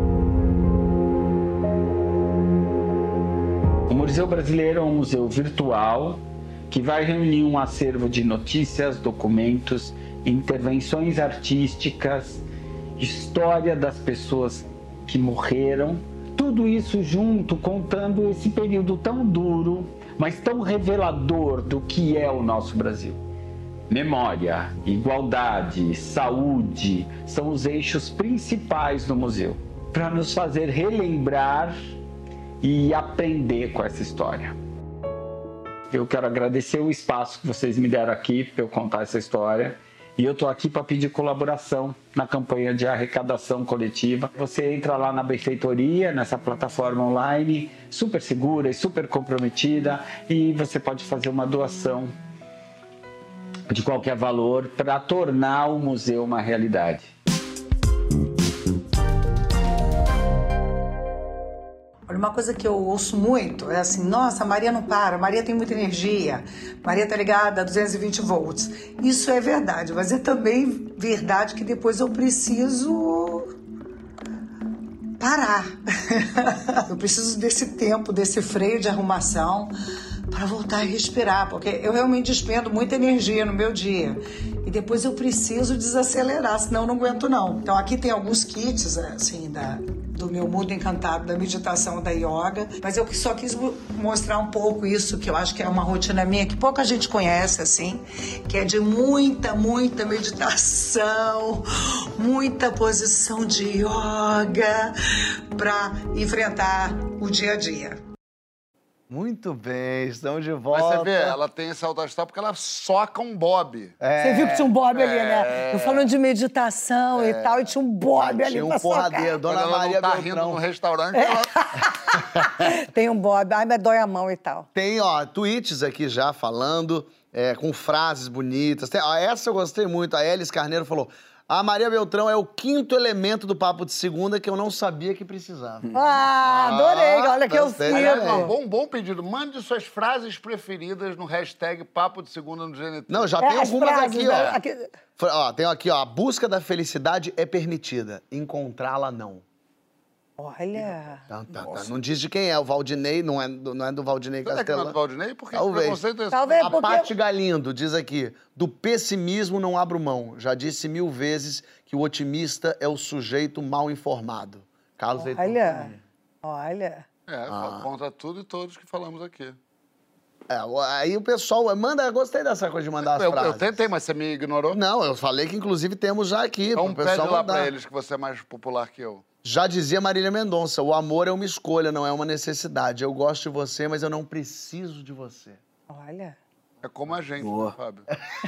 O Museu Brasileiro é um museu virtual que vai reunir um acervo de notícias, documentos, intervenções artísticas história das pessoas que morreram, tudo isso junto, contando esse período tão duro, mas tão revelador do que é o nosso Brasil. Memória, igualdade, saúde são os eixos principais do museu, para nos fazer relembrar e aprender com essa história. Eu quero agradecer o espaço que vocês me deram aqui para eu contar essa história. E eu estou aqui para pedir colaboração na campanha de arrecadação coletiva. Você entra lá na benfeitoria, nessa plataforma online, super segura e super comprometida, e você pode fazer uma doação de qualquer valor para tornar o museu uma realidade. Olha, uma coisa que eu ouço muito é assim, nossa, a Maria não para, a Maria tem muita energia, Maria tá ligada a duzentos e vinte volts. Isso é verdade, mas é também verdade que depois eu preciso parar. Eu preciso desse tempo, desse freio de arrumação para voltar a respirar, porque eu realmente despendo muita energia no meu dia. E depois eu preciso desacelerar, senão eu não aguento não. Então aqui tem alguns kits, assim, da... do meu mundo encantado, da meditação, da yoga, mas eu só quis mostrar um pouco isso, que eu acho que é uma rotina minha, que pouca gente conhece, assim, que é de muita, muita meditação, muita posição de yoga para enfrentar o dia a dia. Muito bem, estamos de volta. Mas você vê, ela tem esse alto astral porque ela soca um bob. É, você viu que tinha um bob é, ali, né? Eu falando de meditação é, e tal, e tinha um bob ali tinha um pra porradeiro, Dona Quando Maria ela não tá Beltrão. rindo no restaurante, é. ela... Tem um bob, ai, mas dói a mão e tal. Tem, ó, tweets aqui já falando, é, com frases bonitas. Tem, ó, essa eu gostei muito, a Elis Carneiro falou... A Maria Beltrão é o quinto elemento do Papo de Segunda que eu não sabia que precisava. Ah, adorei, olha que eu fiz. Um bom, bom pedido. Mande suas frases preferidas no hashtag Papo de Segunda no G N T. Não, já é, tem algumas frases, aqui, né? ó. Aqui... ó. Tem aqui, ó. A busca da felicidade é permitida. Encontrá-la, não. Olha... Tá, tá, tá. Não diz de quem é. O Valdinei, não é, não é do Valdinei Castellano. Castelã. Não é do Valdinei? Por que Talvez. preconceito é esse? Talvez A porque... Paty Galindo diz aqui, do pessimismo não abro mão. Já disse mil vezes que o otimista é o sujeito mal informado. Carlos Heitor. Olha, olha. É, Ah. contra tudo e todos que falamos aqui. É, aí o pessoal manda, gostei dessa coisa de mandar as eu, frases. eu tentei, mas você me ignorou. Não, eu falei que inclusive temos já aqui. Então pro pede pessoal lá mandar. pra eles que você é mais popular que eu. Já dizia Marília Mendonça, o amor é uma escolha, não é uma necessidade. Eu gosto de você, mas eu não preciso de você. Olha. É como a gente, Boa. né, Fábio?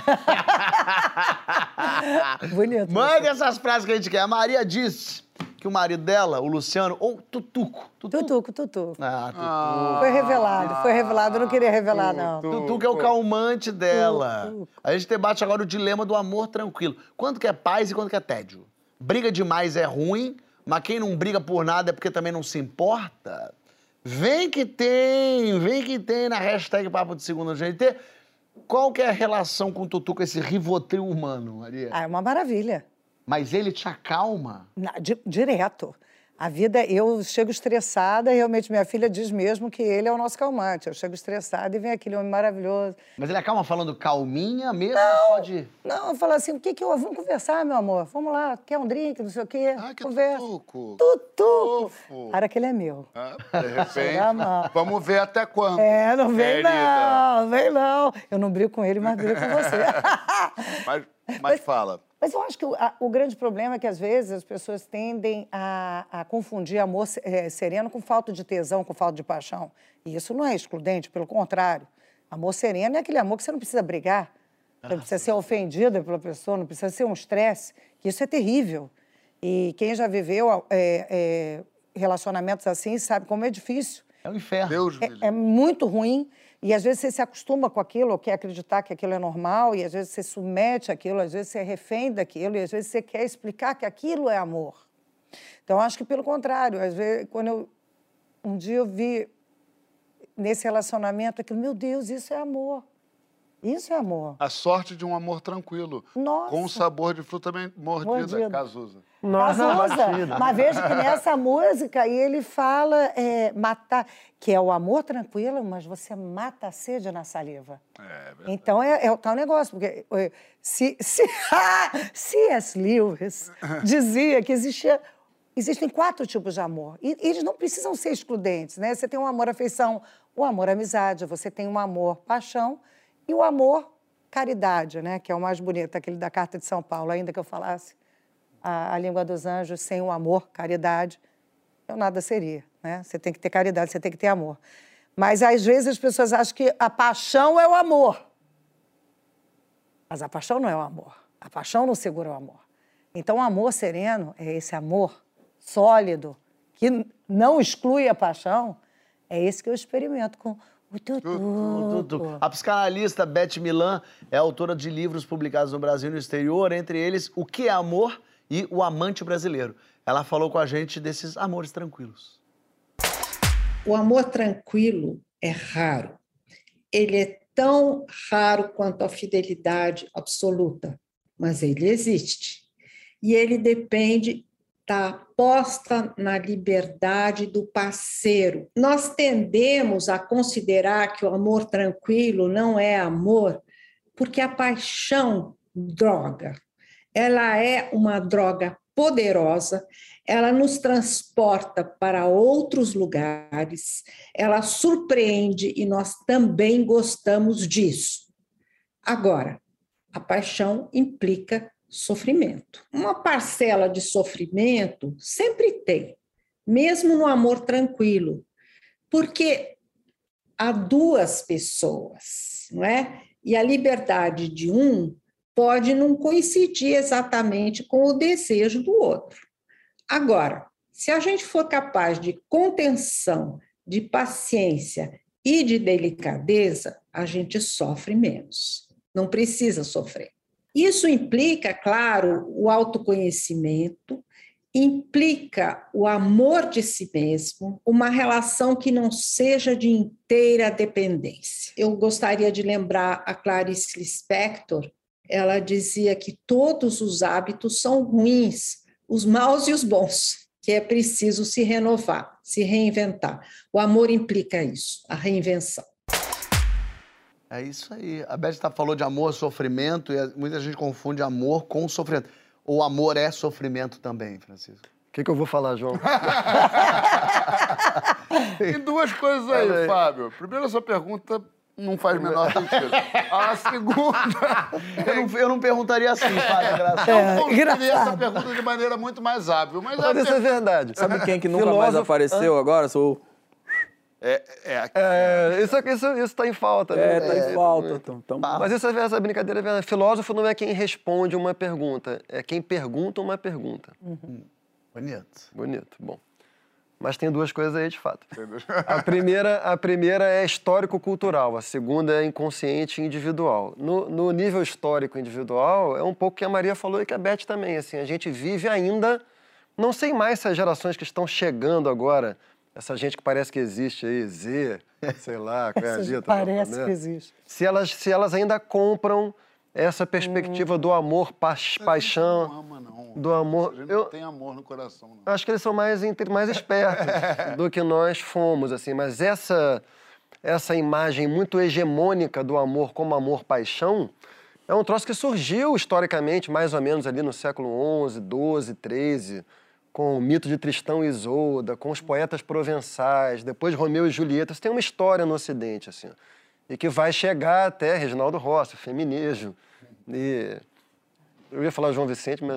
Bonito. Mande essas frases que a gente quer. A Maria disse que o marido dela, o Luciano, ou Tutuco. Tutuco, Tutuco. Ah, Tutuco. Ah, Foi revelado, foi revelado. Eu não queria revelar, não. Tutuco é o calmante dela. Tutuco. A gente debate agora o dilema do amor tranquilo. Quando que é paz e quando que é tédio? Briga demais é ruim, mas quem não briga por nada é porque também não se importa? Vem que tem, vem que tem na hashtag Papo de Segunda no G N T. Qual que é a relação com o Tutuco, esse Rivotril humano, Maria? Ah, é uma maravilha. Mas ele te acalma? Na- di- direto. A vida, eu chego estressada e realmente minha filha diz mesmo que ele é o nosso calmante. Eu chego estressada e vem aquele homem maravilhoso. Mas ele acalma falando calminha mesmo? Pode... Não, eu falo assim, o que que eu... Vamos conversar, meu amor. Vamos lá, quer um drink, não sei o quê. Ah, que Conversa. tutuco. Tutuco. Fofo. Para que ele é meu. Ah, de repente, Será, mano? vamos ver até quando. É, não vem querida. não, vem não. Eu não brigo com ele, mas brigo com você. Mas, mas fala. Mas eu acho que o, a- o grande problema é que, às vezes, as pessoas tendem a, a confundir amor se- eh, sereno com falta de tesão, com falta de paixão. E isso não é excludente, pelo contrário. Amor sereno é aquele amor que você não precisa brigar, você não precisa ser ofendida pela pessoa, não precisa ser um estresse, que isso é terrível. E quem já viveu eh, eh, relacionamentos assim sabe como é difícil. É um inferno. Deus me livre. É, é muito ruim e às vezes você se acostuma com aquilo, ou quer acreditar que aquilo é normal, e às vezes você submete aquilo, às vezes você é refém daquilo, e às vezes você quer explicar que aquilo é amor. Então, acho que pelo contrário, às vezes, quando eu... Um dia eu vi nesse relacionamento aquilo, meu Deus, isso é amor. Isso é amor. A sorte de um amor tranquilo. Nossa. Com sabor de fruta mordida, Mordida. Cazuza. Nossa, Cazuza. Mas veja que nessa música ele fala é, matar, que é o amor tranquilo, mas você mata a sede na saliva. É, verdade. Então é, é o tal negócio, porque é, se, se, C S. Lewis dizia que existia, existem quatro tipos de amor. E eles não precisam ser excludentes, né? Você tem um amor-afeição, o amor-amizade, você tem um amor-paixão e o amor-caridade, né? Que é o mais bonito, aquele da Carta de São Paulo, ainda que eu falasse a, a língua dos anjos sem o amor, caridade, eu nada seria, né? Você tem que ter caridade, você tem que ter amor. Mas, às vezes, as pessoas acham que a paixão é o amor. Mas a paixão não é o amor. A paixão não segura o amor. Então, o amor sereno é esse amor sólido, que não exclui a paixão, é esse que eu experimento com o Tutu. A psicanalista Beth Milan é autora de livros publicados no Brasil e no exterior, entre eles O que é Amor e O Amante Brasileiro. Ela falou com a gente desses amores tranquilos. O amor tranquilo é raro. Ele é tão raro quanto a fidelidade absoluta, mas ele existe. E ele depende da aposta na liberdade do parceiro. Nós tendemos a considerar que o amor tranquilo não é amor, porque a paixão droga. Ela é uma droga poderosa, ela nos transporta para outros lugares, ela surpreende e nós também gostamos disso. Agora, a paixão implica sofrimento. Uma parcela de sofrimento sempre tem, mesmo no amor tranquilo, porque há duas pessoas, não é? E a liberdade de um pode não coincidir exatamente com o desejo do outro. Agora, se a gente for capaz de contenção, de paciência e de delicadeza, a gente sofre menos. Não precisa sofrer. Isso implica, claro, o autoconhecimento, implica o amor de si mesmo, uma relação que não seja de inteira dependência. Eu gostaria de lembrar a Clarice Lispector. Ela dizia que todos os hábitos são ruins, os maus e os bons, que é preciso se renovar, se reinventar. O amor implica isso, a reinvenção. É isso aí. A Beth tá, falou de amor, sofrimento, e muita gente confunde amor com sofrimento. O amor é sofrimento também, Francisco. O que, que eu vou falar, João? Tem duas coisas aí, aí, Fábio. Primeiro, a sua pergunta não faz o menor sentido. A segunda... eu, não, eu não perguntaria assim, Fábio, engraçado. É, eu construiria essa pergunta de maneira muito mais hábil. Mas, mas isso per... é verdade. Sabe quem que nunca Filósofo... mais apareceu agora? Sou... É, é, é, isso, isso, isso tá em falta. É, né? tá é, em falta. É, tão, tão... Mas isso, essa brincadeira é verdade. Filósofo não é quem responde uma pergunta, é quem pergunta uma pergunta. Uhum. Bonito. Bonito, bom. Mas tem duas coisas aí, de fato. A primeira, a primeira é histórico-cultural, a segunda é inconsciente individual. No, no nível histórico individual, é um pouco que a Maria falou e que a Beth também. Assim, a gente vive ainda... Não sei mais se as gerações que estão chegando agora... Essa gente que parece que existe aí, Z, sei lá, qual é a dita? Parece né? que existe. Se elas, se elas ainda compram essa perspectiva hum. do amor, pa paixão... Não ama, não. Do amor... A gente eu, não tem amor no coração, não. Acho que eles são mais, mais espertos do que nós fomos, assim. Mas essa, essa imagem muito hegemônica do amor como amor-paixão é um troço que surgiu historicamente, mais ou menos ali no século onze, doze, treze... com o mito de Tristão e Isolda, com os poetas provençais, depois Romeu e Julieta. Isso tem uma história no Ocidente, assim, e que vai chegar até Reginaldo Rossi, Feminejo. E... Eu ia falar João Vicente, mas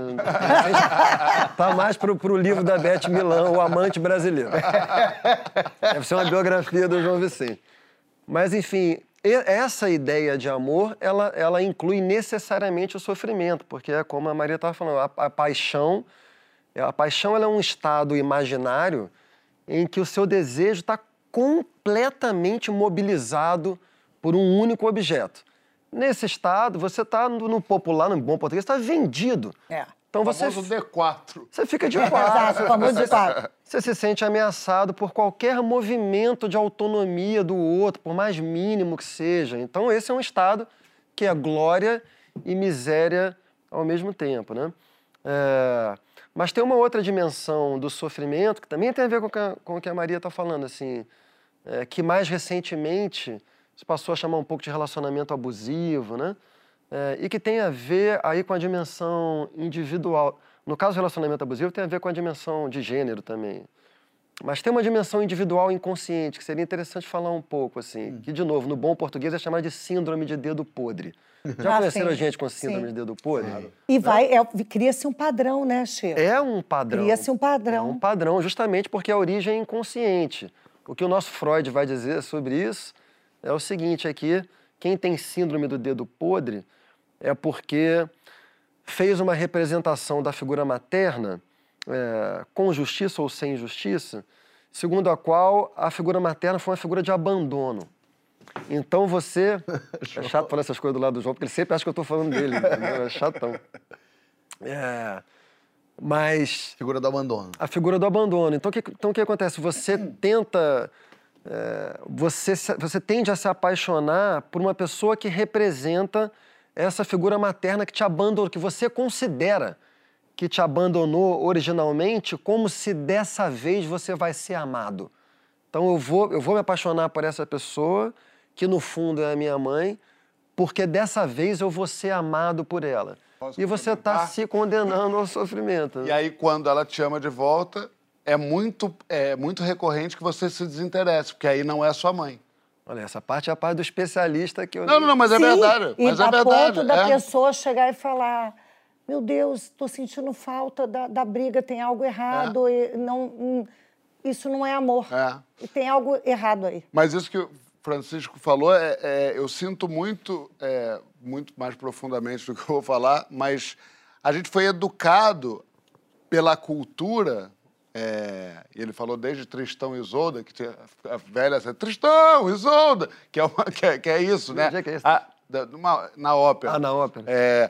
tá mais pro, pro livro da Beth Milan, O Amante Brasileiro. Deve ser uma biografia do João Vicente. Mas, enfim, essa ideia de amor, ela, ela inclui necessariamente o sofrimento, porque é como a Maria estava falando, a, a paixão... A paixão ela é um estado imaginário em que o seu desejo está completamente mobilizado por um único objeto. Nesse estado, você está no, no popular, no bom português, está vendido. É. Então o você famoso D quatro. Você fica de quatro. Exato, o famoso D quatro. Você se sente ameaçado por qualquer movimento de autonomia do outro, por mais mínimo que seja. Então esse é um estado que é glória e miséria ao mesmo tempo, né? É, mas tem uma outra dimensão do sofrimento que também tem a ver com, a, com o que a Maria está falando, assim, é, que mais recentemente se passou a chamar um pouco de relacionamento abusivo, né? É, e que tem a ver aí com a dimensão individual. No caso do relacionamento abusivo, tem a ver com a dimensão de gênero também. Mas tem uma dimensão individual inconsciente, que seria interessante falar um pouco, assim, hum. que, de novo, no bom português é chamada de síndrome de dedo podre. Já ah, conheceram sim. gente com síndrome sim. de dedo podre? Claro. E vai, é, cria-se um padrão, né, Chico? É um padrão. Cria-se um padrão. É um padrão, justamente porque a origem é inconsciente. O que o nosso Freud vai dizer sobre isso é o seguinte, aqui, quem tem síndrome do dedo podre é porque fez uma representação da figura materna é, com justiça ou sem justiça, segundo a qual a figura materna foi uma figura de abandono. Então você... É chato falar essas coisas do lado do João, porque ele sempre acha que eu estou falando dele, entendeu? É chatão. É, mas... Figura do abandono. A figura do abandono. Então, que, então o que acontece? Você tenta... É, você, você tende a se apaixonar por uma pessoa que representa essa figura materna que te abandonou, que você considera que te abandonou originalmente, como se dessa vez você vai ser amado. Então eu vou, eu vou me apaixonar por essa pessoa, que no fundo é a minha mãe, porque dessa vez eu vou ser amado por ela. Posso e você está se condenando ao sofrimento. E aí, quando ela te ama de volta, é muito, é muito recorrente que você se desinteresse, porque aí não é a sua mãe. Olha, essa parte é a parte do especialista que eu... Não, não, não, mas é Sim, verdade. E mas a é verdade. ponto da é. pessoa chegar e falar, meu Deus, estou sentindo falta da, da briga, tem algo errado, É. e não, hum, isso não é amor. É. E tem algo errado aí. Mas isso que o Francisco falou, é, é, eu sinto muito, é, muito mais profundamente do que eu vou falar, mas a gente foi educado pela cultura... É, e ele falou desde Tristão e Isolda, que tinha a velha assim, Tristão, Isolda, que é, uma, que é, que é isso, né? Onde é que é isso? A, da, uma, na ópera. Ah, na ópera. É,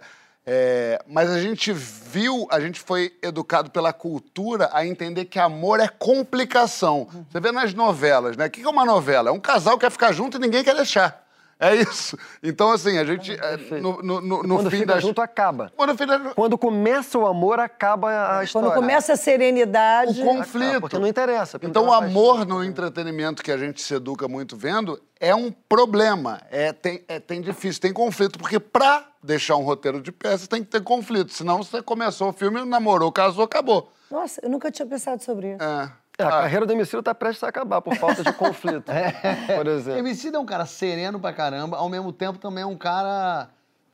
é, mas a gente viu, a gente foi educado pela cultura a entender que amor é complicação. Uhum. Você vê nas novelas, né? O que é uma novela? É um casal que quer ficar junto e ninguém quer deixar. É isso. Então, assim, a gente... É, no, no, no, no Quando fim fica das... junto, acaba. Quando, fica... Quando começa o amor, acaba a história. Quando começa a serenidade... O conflito. Acaba, porque não interessa. Porque então, não o amor no entretenimento que a gente se educa muito vendo é um problema. É, tem, é, tem difícil, tem conflito. Porque pra deixar um roteiro de pé, você tem que ter conflito. Senão, você começou o filme, namorou, casou, acabou. Nossa, eu nunca tinha pensado sobre isso. É. É, a Ah. carreira do Emicida está prestes a acabar por falta de conflito, por exemplo. Emicida é um cara sereno pra caramba, ao mesmo tempo também é um cara,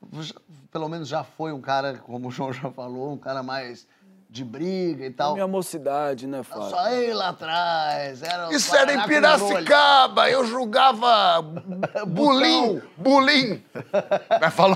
pelo menos já foi um cara, como o João já falou, um cara mais de briga e tal. Minha mocidade, né, Eu Fábio? só aí lá atrás. Era Isso era em Piracicaba, eu julgava bulim, bulim. Mas falou...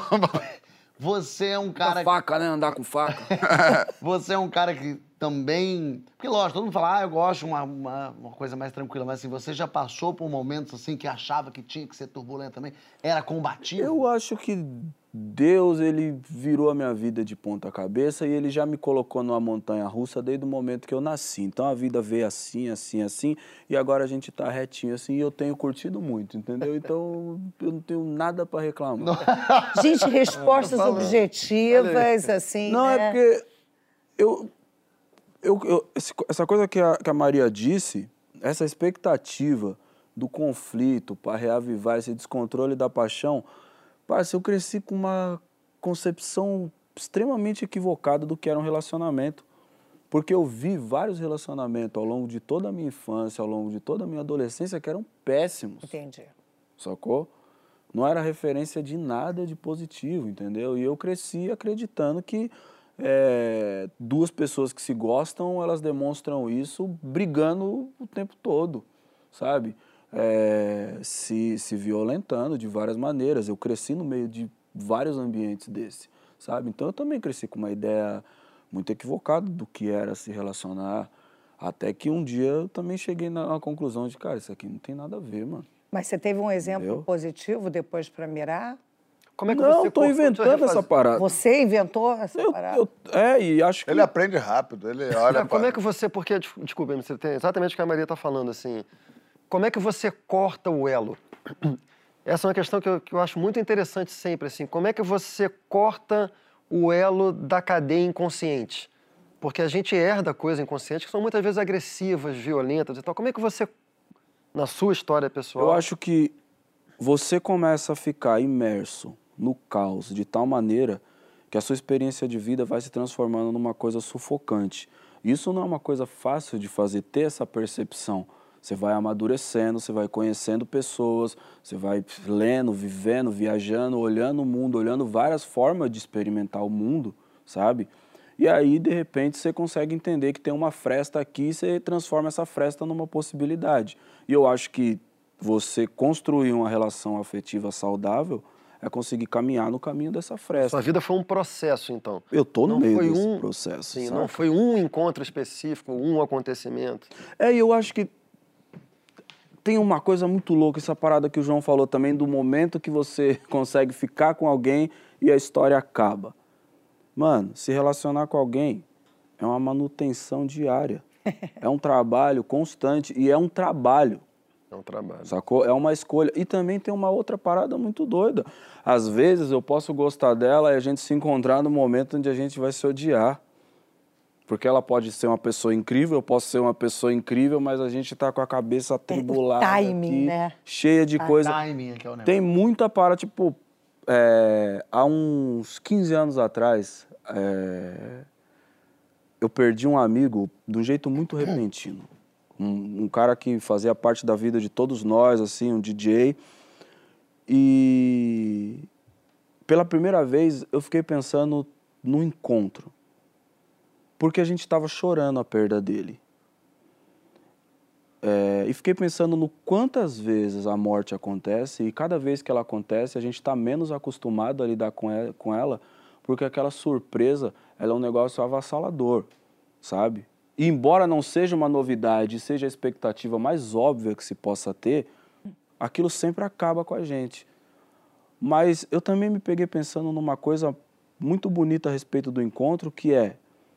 Você é um cara... Com faca, né? Andar com faca. Você é um cara que também... Porque, lógico, todo mundo fala, ah, eu gosto de uma, uma, uma coisa mais tranquila, mas assim, você já passou por momentos assim que achava que tinha que ser turbulento também? Era combativo? Eu acho que Deus, ele virou a minha vida de ponta cabeça e ele já me colocou numa montanha-russa desde o momento que eu nasci. Então a vida veio assim, assim, assim, e agora a gente tá retinho assim e eu tenho curtido muito, entendeu? Então eu não tenho nada para reclamar. Gente, respostas objetivas, assim, Não, né? é porque eu... eu, eu esse, essa coisa que a, que a Maria disse, essa expectativa do conflito para reavivar esse descontrole da paixão... Parça, eu cresci com uma concepção extremamente equivocada do que era um relacionamento. Porque eu vi vários relacionamentos ao longo de toda a minha infância, ao longo de toda a minha adolescência, que eram péssimos. Entendi. Sacou? Não era referência de nada de positivo, entendeu? E eu cresci acreditando que é, duas pessoas que se gostam, elas demonstram isso brigando o tempo todo, sabe? É, se, se violentando de várias maneiras. Eu cresci no meio de vários ambientes desse, sabe? Então eu também cresci com uma ideia muito equivocada do que era se relacionar, até que um dia eu também cheguei na conclusão de, cara, isso aqui não tem nada a ver, mano. Mas você teve um exemplo Entendeu? positivo depois para mirar? Como é que não, você tô inventando essa parada. Você inventou essa eu, parada? eu, é, e acho que... Ele aprende rápido, ele olha... Como pra... é que você... Porque, desculpa, você tem exatamente o que a Maria está falando, assim... Como é que você corta o elo Essa é uma questão que eu, que eu acho muito interessante sempre, assim, como é que você corta o elo da cadeia inconsciente? Porque a gente herda coisas inconscientes que são muitas vezes agressivas, violentas e tal. Como é que você, na sua história pessoal... Eu acho que você começa a ficar imerso no caos de tal maneira que a sua experiência de vida vai se transformando numa coisa sufocante. Isso não é uma coisa fácil de fazer, ter essa percepção. Você vai amadurecendo, você vai conhecendo pessoas, você vai lendo, vivendo, viajando, olhando o mundo, olhando várias formas de experimentar o mundo, sabe? E aí, de repente, você consegue entender que tem uma fresta aqui e você transforma essa fresta numa possibilidade. E eu acho que você construir uma relação afetiva saudável é conseguir caminhar no caminho dessa fresta. Sua vida foi um processo, então. Eu tô no não meio foi desse um, processo, sim, saca? não foi um encontro específico, um acontecimento. É, e eu acho que tem uma coisa muito louca, essa parada que o João falou também, do momento que você consegue ficar com alguém e a história acaba. Mano, se relacionar com alguém é uma manutenção diária. É um trabalho constante e é um trabalho. É um trabalho. Sacou? É uma escolha. E também tem uma outra parada muito doida. Às vezes eu posso gostar dela e a gente se encontrar no momento onde a gente vai se odiar. Porque ela pode ser uma pessoa incrível, eu posso ser uma pessoa incrível, mas a gente tá com a cabeça atribulada o timing, aqui, né? cheia de A coisa. Timing é que é o negócio. Tem muita parada, tipo, é, há uns quinze anos atrás, é, eu perdi um amigo de um jeito muito repentino. Um, um cara que fazia parte da vida de todos nós, assim, um D J. E pela primeira vez eu fiquei pensando no encontro. Porque a gente estava chorando a perda dele. É, e fiquei pensando no quantas vezes a morte acontece, e cada vez que ela acontece, a gente está menos acostumado a lidar com ela, com ela, porque aquela surpresa, ela é um negócio avassalador, sabe? E embora não seja uma novidade, seja a expectativa mais óbvia que se possa ter, aquilo sempre acaba com a gente. Mas eu também me peguei pensando numa coisa muito bonita a respeito do encontro, que é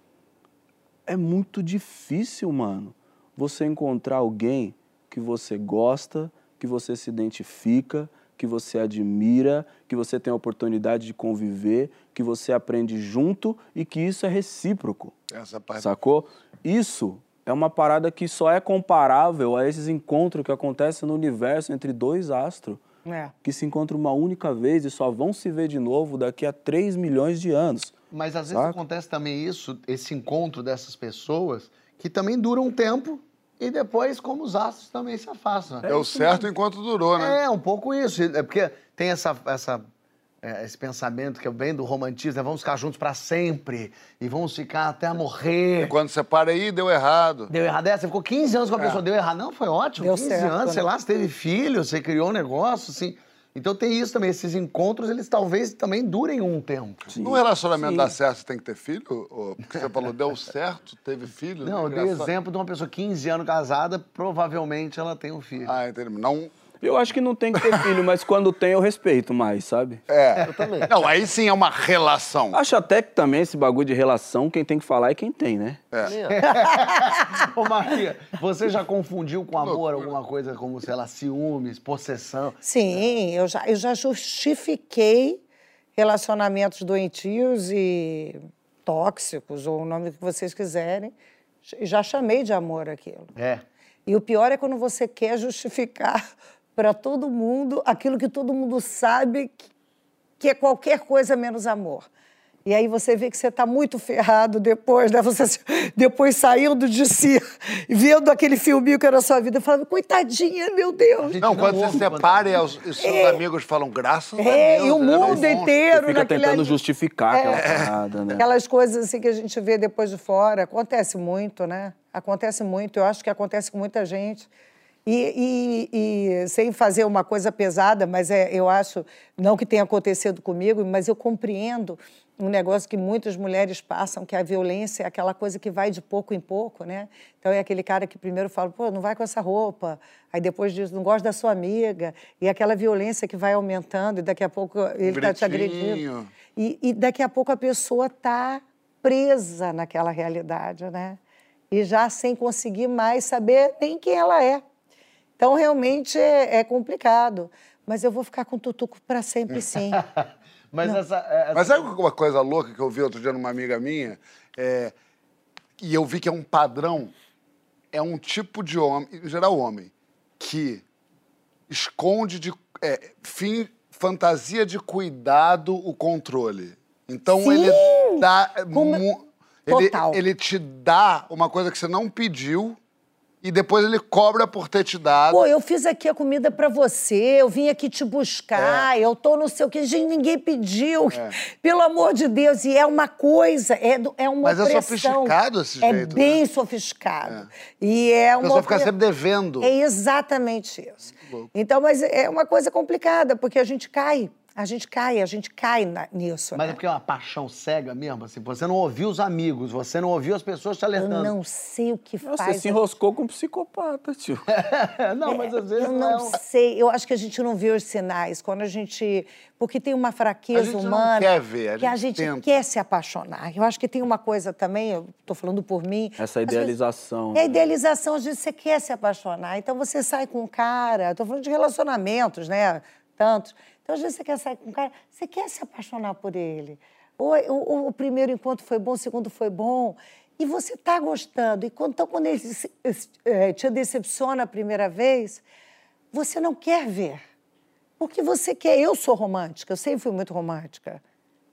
É muito difícil, mano, você encontrar alguém que você gosta, que você se identifica, que você admira, que você tem a oportunidade de conviver, que você aprende junto e que isso é recíproco. Essa parte. Sacou? Isso é uma parada que só é comparável a esses encontros que acontecem no universo entre dois astros, É. que se encontram uma única vez e só vão se ver de novo daqui a três milhões de anos. Mas às vezes Saca? acontece também isso, esse encontro dessas pessoas, que também dura um tempo e depois, como os astros, também se afastam. Deu certo enquanto durou, né? É, um pouco isso. É porque tem essa, essa, é, esse pensamento que é bem do romantismo, né? Vamos ficar juntos pra sempre e vamos ficar até morrer. E quando você para aí, deu errado. Deu errado. É, você ficou quinze anos com a É. pessoa, deu errado. Não, foi ótimo. Deu quinze certo, anos, né? sei lá, você teve filho, você criou um negócio, assim. Então tem isso também, esses encontros, eles talvez também durem um tempo. Num relacionamento Sim. dá certo, você tem que ter filho? Ou- Porque você falou, deu certo, teve filho? Não, eu né? dei Engraçado. exemplo de uma pessoa quinze anos casada, provavelmente ela tem um filho. Ah, entendi. Não... Eu acho que não tem que ter filho, mas quando tem eu respeito mais, sabe? É. Eu também. Não, aí sim é uma relação. Acho até que também esse bagulho de relação, quem tem que falar é quem tem, né? Ô, Maria, você já confundiu com amor alguma coisa como, sei lá, ciúmes, possessão? Sim, eu já, eu já justifiquei relacionamentos doentios e tóxicos, ou o nome que vocês quiserem. Já chamei de amor aquilo. É. E o pior é quando você quer justificar para todo mundo aquilo que todo mundo sabe que, que é qualquer coisa menos amor. E aí você vê que você está muito ferrado depois, né? Você depois saindo de si, vendo aquele filminho que era a sua vida, falando, coitadinha, meu Deus. Não, quando você separa e os, os seus amigos falam, graças a É, Deus. e o né? mundo Não inteiro Você fica naquele tentando ali. justificar aquela parada, né? Aquelas coisas assim que a gente vê depois de fora. Acontece muito, né? Acontece muito. Eu acho que acontece com muita gente. E, e, e sem fazer uma coisa pesada, mas é, eu acho, não que tenha acontecido comigo, mas eu compreendo um negócio que muitas mulheres passam, que a violência é aquela coisa que vai de pouco em pouco, né? Então é aquele cara que primeiro fala, pô, não vai com essa roupa, aí depois diz, não gosta da sua amiga, e aquela violência que vai aumentando, e daqui a pouco ele está te agredindo. E, e daqui a pouco a pessoa está presa naquela realidade, né? E já sem conseguir mais saber nem quem ela é. Então, realmente, é, é complicado. Mas eu vou ficar com o tutuco para sempre, sim. Mas essa, essa... Mas sabe uma coisa louca que eu vi outro dia numa amiga minha? É, e eu vi que é um padrão, é um tipo de homem, em geral homem, que esconde de é, fim, fantasia de cuidado o controle. Então Sim! ele dá... Como... Mu, ele, Total. ele te dá uma coisa que você não pediu e depois ele cobra por ter te dado. Pô, eu fiz aqui a comida pra você, eu vim aqui te buscar, é. eu tô não sei o que, gente, ninguém pediu. É. Pelo amor de Deus, e é uma coisa, é, é uma Mas opressão. é sofisticado esse é jeito, É bem né? sofisticado. É. E é uma... A pessoa fica sempre devendo. É exatamente isso. Então, mas é uma coisa complicada, porque a gente cai. A gente cai, a gente cai na, nisso. Mas né? é porque é uma paixão cega mesmo, assim. Você não ouviu os amigos, você não ouviu as pessoas te alertando. Eu não sei o que Nossa, faz. Você se enroscou com um psicopata, tio. Não, mas às vezes Eu não, não é um... sei, eu acho que a gente não vê os sinais. Quando a gente... Porque tem uma fraqueza a gente humana... não quer ver, a gente que a gente tenta. quer se apaixonar. Eu acho que tem uma coisa também, eu tô falando por mim... Essa idealização. Vezes, é a idealização, às vezes você quer se apaixonar. Então você sai com um cara... Tô falando de relacionamentos, né? Tantos... Então, às vezes, você quer sair com um cara, você quer se apaixonar por ele. Ou, ou, o primeiro encontro foi bom, o segundo foi bom, e você está gostando. E quando, então, quando ele se, é, te decepciona a primeira vez, você não quer ver. Porque você quer. Eu sou romântica, eu sempre fui muito romântica.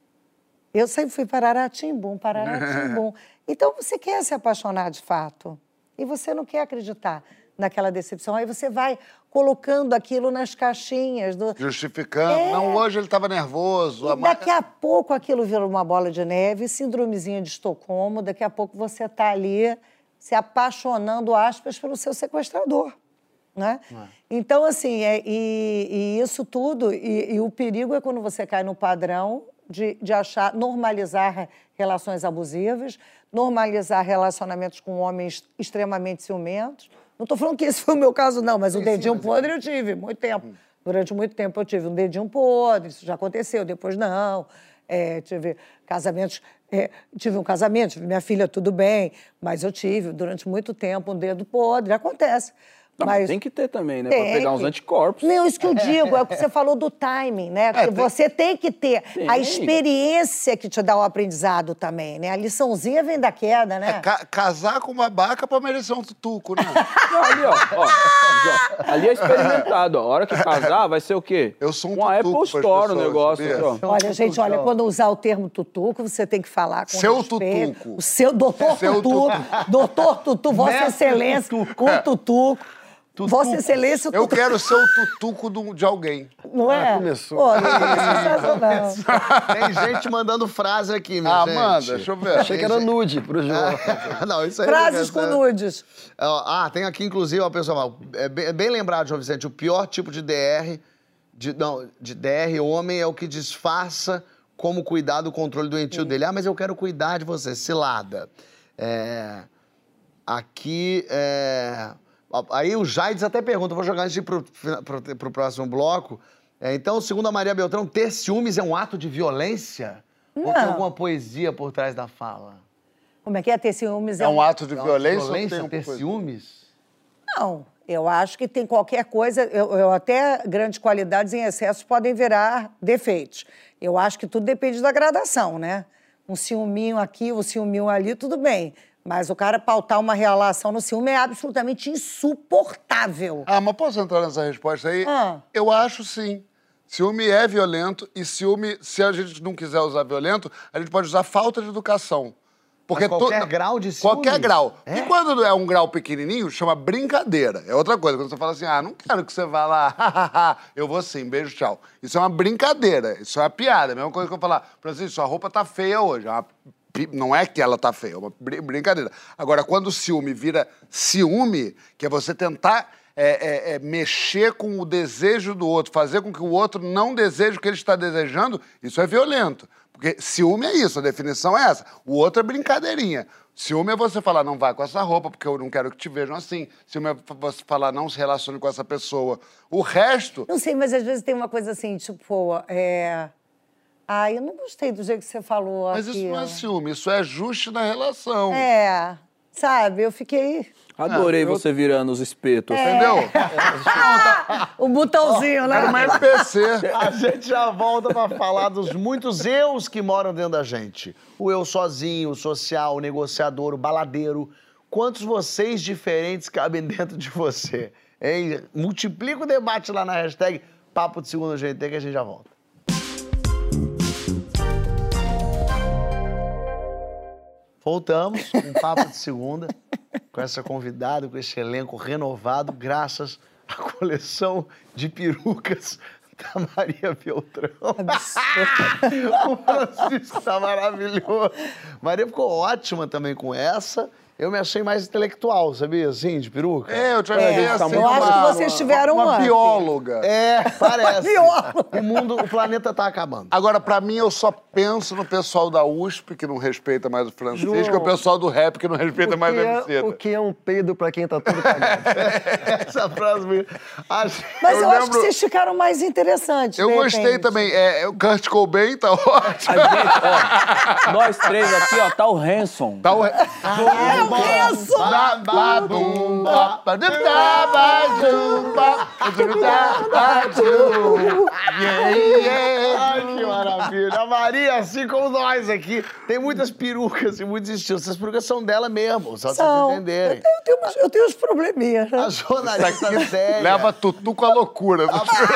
Eu sempre fui pararatim-bum, pararatim-bum. Então, você quer se apaixonar de fato. E você não quer acreditar naquela decepção. Aí você vai colocando aquilo nas caixinhas. Do... Justificando. É. Não, hoje ele estava nervoso. E daqui a pouco aquilo vira uma bola de neve, síndromezinha de Estocolmo, daqui a pouco você está ali se apaixonando, aspas, pelo seu sequestrador. Né? É. Então, assim, é, e, e isso tudo, e, e o perigo é quando você cai no padrão de, de achar, normalizar relações abusivas, normalizar relacionamentos com homens extremamente ciumentos. Não estou falando que esse foi o meu caso, não, mas o dedinho sim, podre eu tive, muito tempo. Durante muito tempo eu tive um dedinho podre, isso já aconteceu, depois não. É, tive casamentos, é, tive um casamento, tive minha filha, tudo bem, mas eu tive, durante muito tempo, um dedo podre, acontece. Não, mas tem que ter também, né? Para pegar uns anticorpos. Não, isso que eu digo, é o que você falou do timing, né? Que é, tem... você tem que ter Sim. a experiência que te dá o aprendizado também, né? A liçãozinha vem da queda, né? É, ca casar com uma baca para merecer um tutuco, né? Não, ali, ó, ó, ó. Ali é experimentado, ó. A hora que casar, vai ser o quê? Eu sou um uma tutuco. Apple Store o negócio. Ó. Olha, gente, olha, quando usar o termo tutuco, você tem que falar com seu respeito. Tutuco. O seu doutor seu tutuco. tutuco. Doutor Tutu, Vossa Excelência, o tutuco. Tutuco. Vossa Excelência... Eu quero ser o tutuco do, de alguém. Não é? Ah, começou. Pô, é sensacional. Tem gente mandando frase aqui, minha ah, gente. Ah, manda, deixa eu ver. Achei que era nude pro João. Não, isso aí Frases com nudes. Ah, tem aqui, inclusive, uma pessoa... É bem, é bem lembrado, João Vicente, o pior tipo de D R... De, não, de D R, homem, é o que disfarça como cuidar do controle doentio Sim. dele. Ah, mas eu quero cuidar de você. Cilada. É... Aqui, é... Aí o Jaides até pergunta, vou jogar isso pro, pro, pro próximo bloco. É, então, segundo a Maria Beltrão, ter ciúmes é um ato de violência? Não. Ou tem alguma poesia por trás da fala? Como é que é ter ciúmes? É, é um ato de é violência, violência ou ter coisa? ciúmes? Não, eu acho que tem qualquer coisa... Eu, eu até grandes qualidades em excesso podem virar defeitos. Eu acho que tudo depende da gradação, né? Um ciúminho aqui, um ciúminho ali, tudo bem. Mas o cara pautar uma relação no ciúme é absolutamente insuportável. Ah, mas posso entrar nessa resposta aí? Ah. Eu acho sim. Ciúme é violento e ciúme, se a gente não quiser usar violento, a gente pode usar falta de educação. Porque mas qualquer to... grau de ciúme? Qualquer grau. É? E quando é um grau pequenininho, chama brincadeira. É outra coisa. Quando você fala assim, ah, não quero que você vá lá, eu vou sim, beijo, tchau. Isso é uma brincadeira, isso é uma piada. A mesma coisa que eu falar, Francisco, sua roupa tá feia hoje. É uma... Não é que ela tá feia, é uma brincadeira. Agora, quando o ciúme vira ciúme, que é você tentar é, é, é, mexer com o desejo do outro, fazer com que o outro não deseje o que ele está desejando, isso é violento. Porque ciúme é isso, a definição é essa. O outro é brincadeirinha. Ciúme é você falar, não vai com essa roupa, porque eu não quero que te vejam assim. Ciúme é você falar, não se relacione com essa pessoa. O resto... Não sei, mas às vezes tem uma coisa assim, tipo... É... Ah, eu não gostei do jeito que você falou Mas aqui. isso não é ciúme, isso é ajuste na relação. É. sabe? Eu fiquei... Adorei eu- você virando os espetos. Entendeu? O botãozinho, né? Era uma F P C. A gente já volta pra falar dos muitos eus que moram dentro da gente. O eu sozinho, o social, o negociador, o baladeiro. Quantos vocês diferentes cabem dentro de você? Hein? Multiplica o debate lá na hashtag Papo de Segunda G T que a gente já volta. Voltamos com um Papo de Segunda, com essa convidada, com esse elenco renovado, graças à coleção de perucas da Maria Beltrão. O Francisco tá maravilhoso. Maria ficou ótima também com essa. Eu me achei mais intelectual, sabia? Assim, de peruca. É, eu te achei É, assim, eu uma, acho que vocês tiveram uma, uma um bióloga. É, parece. bióloga. O mundo, o planeta tá acabando. Agora, pra mim, eu só penso no pessoal da U S P, que não respeita mais o Francisco, e João, o pessoal do rap, que não respeita O mais que o é- M C. O que é um peido pra quem tá todo cagado? Essa frase... Acho... Mas eu, Eu acho que lembro- vocês ficaram mais interessantes. Eu de gostei repente. também. É, é, o Kurt Cobain tá ótimo. A gente, ó, nós três aqui, ó, tá o Hanson. Tá o... É o Hanson! Ba- ba- bum, ba- ba- da- da- ba- dum, ba- da- ba- dum. Yeah, yeah. Ai, que maravilha. A Maria, assim como nós aqui, tem muitas perucas e muitos estilos. Essas perucas são dela mesmo, só pra vocês São. entenderem. Eu tenho, eu tenho uns- eu tenho uns probleminhas. né? A jornalista séria. Leva tutu com a loucura.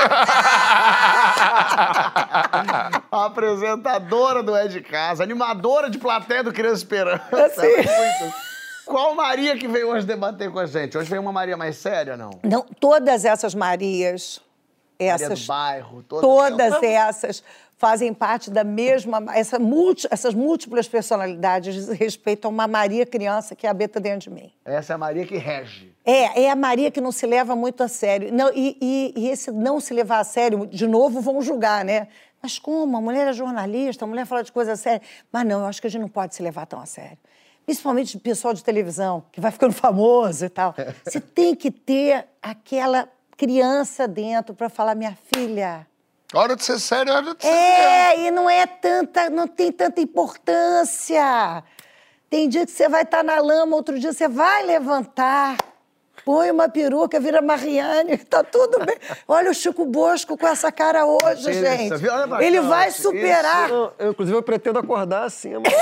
A apresentadora do É de Casa, animadora de plateia do Criança Esperança. Assim. Muitas. Qual Maria que veio hoje debater com a gente? Hoje veio uma Maria mais séria, não? Não, todas essas Marias, Maria essas, do bairro, todas, todas essas fazem parte da mesma... Essa multi, essas múltiplas personalidades dizem respeito a uma Maria criança que habita dentro de mim. Essa é a Maria que rege. É, é a Maria que não se leva muito a sério. Não, e, e- e esse não se levar a sério, de novo, vão julgar, né? Mas como? A mulher é jornalista, a mulher fala de coisa séria. Mas não, eu acho que a gente não pode se levar tão a sério. Principalmente o pessoal de televisão, que vai ficando famoso e tal. Você tem que ter aquela criança dentro para falar, minha filha... Hora de ser sério, hora de ser sério. É, e não é tanta, não tem tanta importância. Tem dia que você vai estar na lama, outro dia você vai levantar, põe uma peruca, vira Mariane, tá tudo bem. Olha o Chico Bosco com essa cara hoje, Isso, gente. viu? Olha pra Ele cá, vai isso. superar. Não, eu, inclusive, eu pretendo acordar assim amanhã.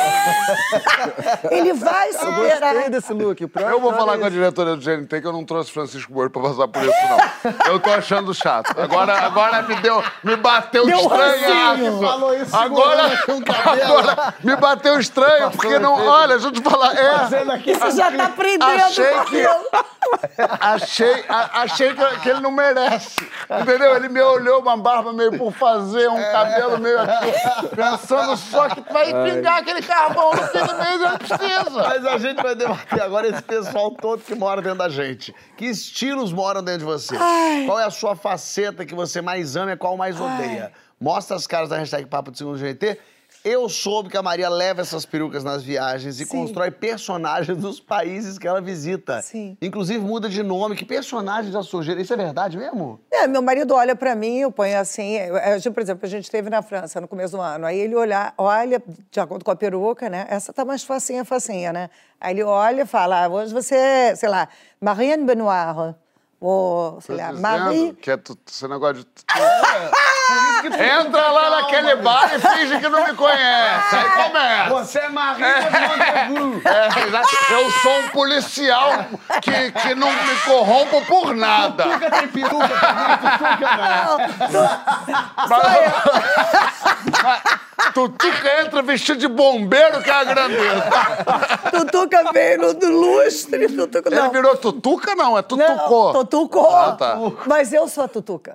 Ele vai Eu superar. gostei desse look. O pior- Eu vou pior falar é com a esse. diretora do G N T que eu não trouxe Francisco Borges pra passar por isso, não. Eu tô achando chato. Agora, agora me deu, me bateu Deu estranhaço. rancinho. Falou isso Agora, segurando com o cabelo. agora me bateu estranho, porque não... Olha, deixa eu te falar, é... Fazendo aqui. Você já tá prendendo Achei o que- cabelo. Achei, a- achei que, que ele não merece, entendeu? Ele me olhou uma barba meio por fazer, um cabelo meio aqui, pensando só que vai pingar aquele carvão no fim do mês, ele precisa. Mas a gente vai debater agora esse pessoal todo que mora dentro da gente. Que estilos moram dentro de você? Qual é a sua faceta que você mais ama e qual mais odeia? Mostra as caras da hashtag Papo de Segundo G T. Eu soube que a Maria leva essas perucas nas viagens e Sim. constrói personagens dos países que ela visita. Sim. Inclusive muda de nome. Que personagens já surgiram? Isso é verdade mesmo? É, meu marido olha pra mim, eu ponho assim, eu- eu- por exemplo, a gente esteve na França no começo do ano, aí ele olha, olha, de acordo com a peruca, né, essa tá mais facinha, facinha, né, aí ele olha e fala, ah, hoje você, sei lá, Marianne Benoit, ou, sei Tô lá, dizendo Marie... que é tu, esse negócio de... Entra lá naquele bar e finge que não me conhece. Aí começa. Você é Maria de É, exato. Eu sou um policial que, que não me corrompo por nada. Tuca tem peruca também, Tuca não. Tutuca entra vestido de bombeiro, que é a grandeza. Tutuca veio no do lustre, Tutuca Ele não. virou tutuca, não, é tutucô. Não, Tutucô. Ah, tá. Mas eu sou a Tutuca.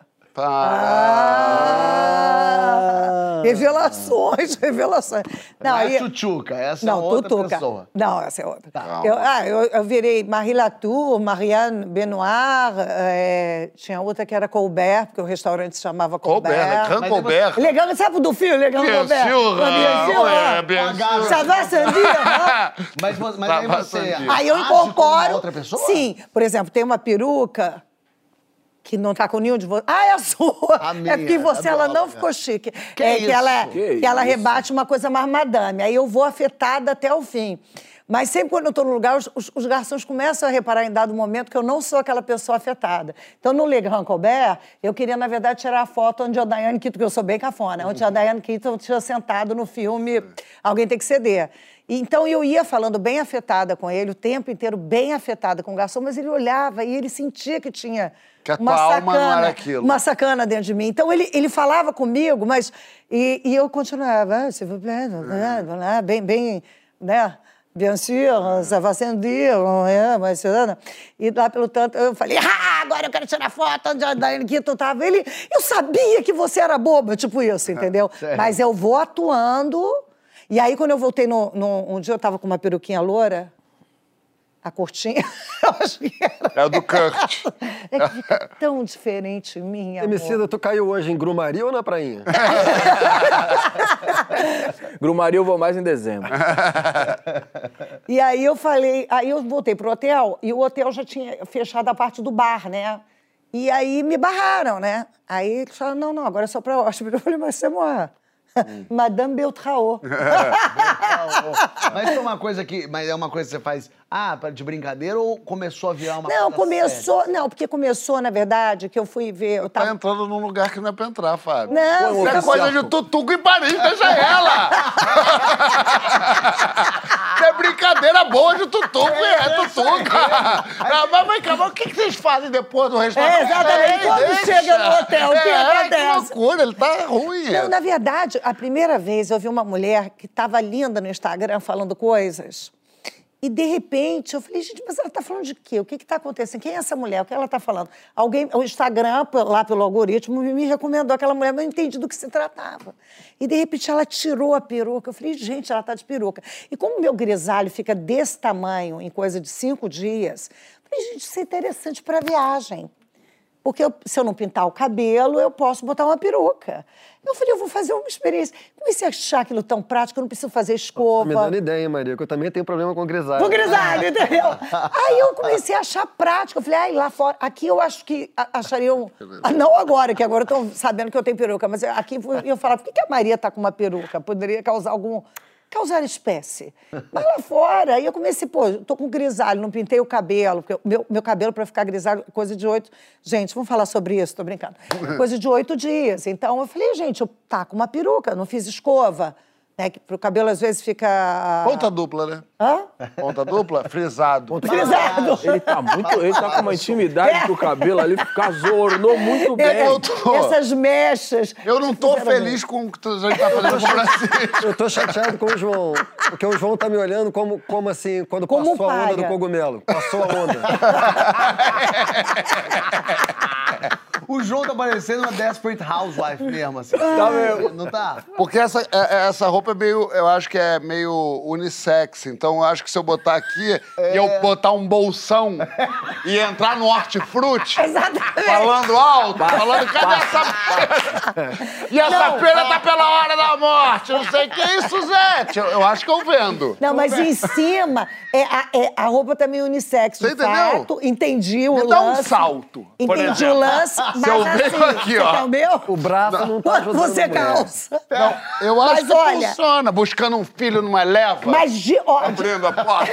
Ah. Ah, revelações, revelações. Não, Não, é aí- Tchutchuca, essa não, é outra Tutuca. pessoa. Não, essa é outra. Eu, ah, eu, eu virei Marie Latour, Marianne Benoit, é, tinha outra que era Colbert, porque o restaurante se chamava Colbert. Colbert, né? Can Colbert. Legal, sabe do filme? Legal Bien Colbert. sûr, Ah, bien sûr, é, ah. bien sûr. Ça va, Sandy? Ah. Mas, vo- mas Tá aí você bastante. Aí eu age como uma incorporo. outra pessoa? Sim. Por exemplo, tem uma peruca que não tá com nenhum de vocês. Ah, é a sua! A minha, é porque você, a ela bióloga. não ficou chique. Que é isso? que ela, Que que ela isso? rebate uma coisa mais madame. Aí eu vou afetada até o fim. Mas sempre quando eu estou no lugar, os, os, os garçons começam a reparar em dado momento que eu não sou aquela pessoa afetada. Então, no Le Grand Colbert, eu queria, na verdade, tirar a foto onde a Diane Keaton, porque eu sou bem cafona, onde a Diane Keaton tinha sentado no filme Alguém Tem Que Ceder. Então, eu ia falando bem afetada com ele, o tempo inteiro bem afetada com o garçom, mas ele olhava e ele sentia que tinha que a uma tua sacana, alma não era aquilo. uma sacana dentro de mim. Então, ele, ele falava comigo, mas... E, e eu continuava, se vous plaît, bem, bem, né? Bien sûr, ça va sans dire, mas... E lá pelo tanto, eu falei, ah, agora eu quero tirar foto onde a Diane Keaton estava. Ele, eu sabia que você era boba, tipo isso, entendeu? É. Mas eu vou atuando... E aí, quando eu voltei, no, no, um dia eu tava com uma peruquinha loura, a curtinha, eu acho que era... É o do Kurt. É que fica tão diferente em mim, amor. Emicida, tu caiu hoje em Grumari ou na prainha? Grumari eu vou mais em dezembro. E aí eu falei, aí eu voltei pro hotel, e o hotel já tinha fechado a parte do bar, né? E aí me barraram, né? Aí eles falaram, não, não, agora é só pra hóspede. Eu falei, mas você morre. Madame Beltrao. Mas tem uma coisa que... Mas é uma coisa que você faz, ah, de brincadeira ou começou a virar uma Não, coisa começou... séria? Não, porque começou, na verdade, que eu fui ver... Eu tava... Tá entrando num lugar que não é pra entrar, Fábio. Não, Isso é coisa de Tutuco e Paris, deixa ela! Isso é brincadeira boa de Tutuco, é, é Tutuca. Ah, mas vem cá, mas o que, que vocês fazem depois do restaurante? É, exatamente, quando deixa. chega no hotel, o que é, acontece? Que loucura, ele tá ruim. Não, na verdade, a primeira vez eu vi uma mulher que estava linda no Instagram falando coisas. E, de repente, eu falei, gente, mas ela está falando de quê? O que está acontecendo? Quem é essa mulher? O que ela está falando? Alguém, o Instagram, lá pelo algoritmo, me recomendou aquela mulher, mas eu não entendi do que se tratava. E, de repente, ela tirou a peruca. Eu falei, gente, ela está de peruca. E como o meu grisalho fica desse tamanho em coisa de cinco dias, eu falei, gente, isso é interessante para viagem. Porque eu, se eu não pintar o cabelo, eu posso botar uma peruca. Eu falei, eu vou fazer uma experiência. Comecei a achar aquilo tão prático, eu não preciso fazer escova. Me dando ideia, hein, Maria, que eu também tenho problema com grisalho. Com grisalho, entendeu? Aí eu comecei a achar prático. Eu falei, ai, lá fora... Aqui eu acho que achariam... Ah, não agora, que agora estão sabendo que eu tenho peruca, mas aqui eu falava, por que a Maria tá com uma peruca? Poderia causar algum... causar espécie. Mas lá fora, aí eu comecei, pô, eu tô com grisalho, não pintei o cabelo, porque o meu, meu cabelo para ficar grisalho, coisa de oito... Gente, vamos falar sobre isso, tô brincando. Coisa de oito dias. Então, eu falei, gente, eu tá com uma peruca, não fiz escova, né, que pro cabelo às vezes fica... Ponta dupla, né? Hã? Ponta dupla? Frisado. Frisado. Ele tá muito... Ele tá com uma intimidade com o cabelo ali, adornou muito bem. Eu tô- Essas mechas. Eu não tô feliz com o que a gente tá fazendo com o Francisco. Eu tô chateado com o João, porque o João tá me olhando como, como assim, quando Como passou a onda paga. do cogumelo. Passou a onda. O João tá parecendo uma Desperate Housewife mesmo, assim. Tá mesmo. Não tá? Porque essa, é- essa roupa é meio, eu acho que é meio unissex, então eu acho que se eu botar aqui e eu botar um bolsão e entrar no hortifruti, falando alto, falando, cadê essa pera? E essa Não. pera tá pela hora da morte, não sei o que é isso, Zé. Eu, eu acho que eu vendo. Não, mas em cima, é, a, é, a roupa também é unissex, de Você entendeu? fato. Entendi o Me lance. dá um salto, por Entendi exemplo. o lance, mas Se eu assim, venho aqui, você ó. quer o meu? O braço não tá ajudando Você muito. calça. Não, eu acho Mas que olha- funciona, buscando um filho numa leva, Mas, de, ó, de- abrindo a porta.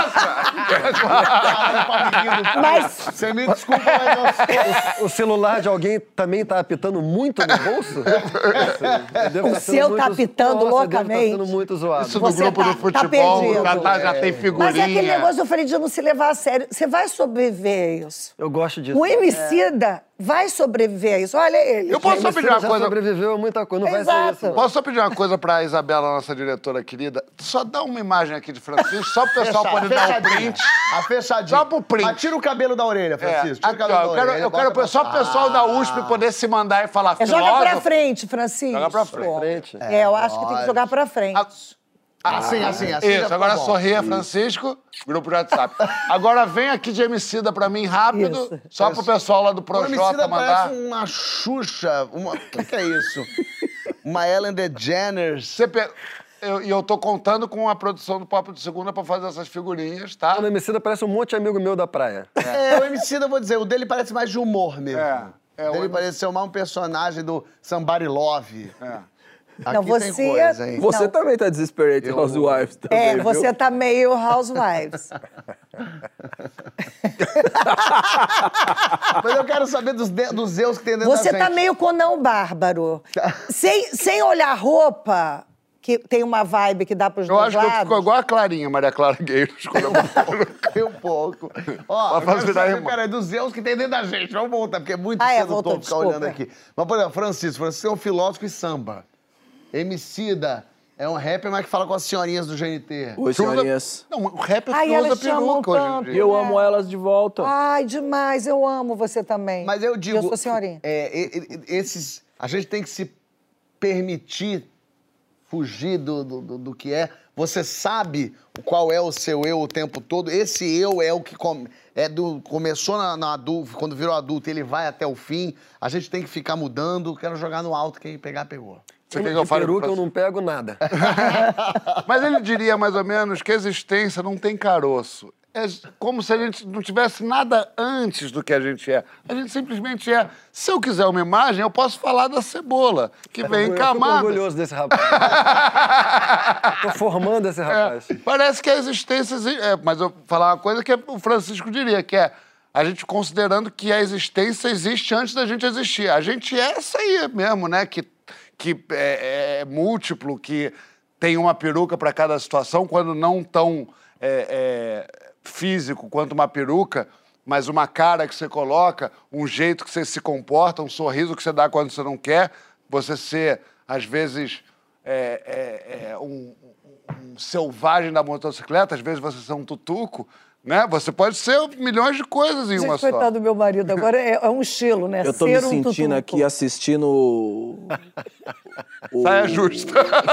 Essa! mas Você me desculpa, mas eu... O celular de alguém também tá apitando muito no bolso? Deve O tá sendo seu muito- tá apitando Nossa, deve loucamente. tá sendo muito zoado. Isso no Você grupo tá- do tá futebol, perdido. já, tá- já tem figurinha. Mas é aquele negócio, eu falei de não se levar a sério. Você vai sobreviver a isso. Eu gosto disso. O Emicida vai sobreviver a isso. Olha ele. Eu posso só Você pedir uma já coisa? sobreviveu a muita coisa, não vai Exato. ser isso. Posso só pedir uma coisa pra Isabela, nossa diretora querida? Só dá uma imagem aqui de Francisco, só pro pessoal Fechado, poder dar o fechadinho. print. A fechadinha. Só pro print. Mas tira o cabelo da orelha, É, Francisco. Tira aqui, o cabelo ó, eu da quero, orelha. eu bota quero pra- só o pessoal da U S P poder se mandar e falar É, joga pra filósofo. frente, Francisco. Joga pra frente. É, eu acho que tem que jogar pra frente. Assim, assim, assim. já Isso, tá agora bom. sorria, Francisco, grupo de WhatsApp. Agora vem aqui de Emicida pra mim rápido, Isso. só pro pessoal lá do O Projota Emicida mandar. parece uma Xuxa. Uma... O que, que é isso? Uma Ellen DeGeneres. Você pe- eu- E eu, tô contando com a produção do Papo de Segunda pra fazer essas figurinhas, tá? O Emicida parece um monte de amigo meu da praia. É, o Emicida, eu vou dizer, o dele parece mais de humor mesmo. É, é, o dele o- parece ser mais um personagem do Somebody Love. É. Não, Aqui você... tem coisa, hein? Você Não. também tá Desperate Eu- Housewives também, É, viu? você tá meio Housewives. Mas eu quero saber dos, de- dos Zeus que tem dentro Você da tá gente. meio Conan Bárbaro. sem, sem olhar roupa, que tem uma vibe que dá pros Eu dois acho que eu lados. ficou igual a Clarinha, Maria Clara Gueiros. quando eu- Tem um pouco. Ó, Pra eu quero facilitar a saber, irmã. peraí, dos Zeus que tem dentro da gente. Vamos voltar, porque é muito Ah, é, sedutor voltou, ficar desculpa. olhando aqui. Mas, por exemplo, Francisco. Francisco é um filósofo e samba. Emicida é um rapper, mas que fala com as senhorinhas do G N T. Oi, senhorinhas. Não, o rapper Ai, que usa elas chamam peruca hoje em tanto. dia. E eu É. amo elas de volta. Ai, demais, eu amo você também. Mas eu digo... Eu sou senhorinha. É, e- e- esses... A gente tem que se permitir fugir do, do, do- do que é. Você sabe qual é o seu eu o tempo todo. Esse eu é o que com- é do, começou na, na adulto, quando virou adulto, ele vai até o fim. A gente tem que ficar mudando. Quero jogar no alto, quem pegar, pegou. Você quer que De eu fale peruca pra eu não pego nada. Mas ele diria mais ou menos que a existência não tem caroço. É como se a gente não tivesse nada antes do que a gente é. A gente simplesmente é. Se eu quiser uma imagem, eu posso falar da cebola, que vem em Eu fico camadas. orgulhoso desse rapaz. Tô formando esse rapaz. É, parece que a existência... exi- É, mas eu vou falar uma coisa que o Francisco diria, que é a gente considerando que a existência existe antes da gente existir. A gente é essa aí mesmo, né? Que, que é, é múltiplo, que tem uma peruca para cada situação, quando não tão é, é, físico quanto uma peruca, mas uma cara que você coloca, um jeito que você se comporta, um sorriso que você dá quando você não quer, você ser, às vezes, é, é, é, um, um selvagem da motocicleta, às vezes você ser um tutuco, né? Você pode ser milhões de coisas em uma Gente, só. coitado do meu marido, agora é, é um estilo, né? Eu tô Ser me um sentindo tutuco. aqui assistindo... o- o- Saia justa.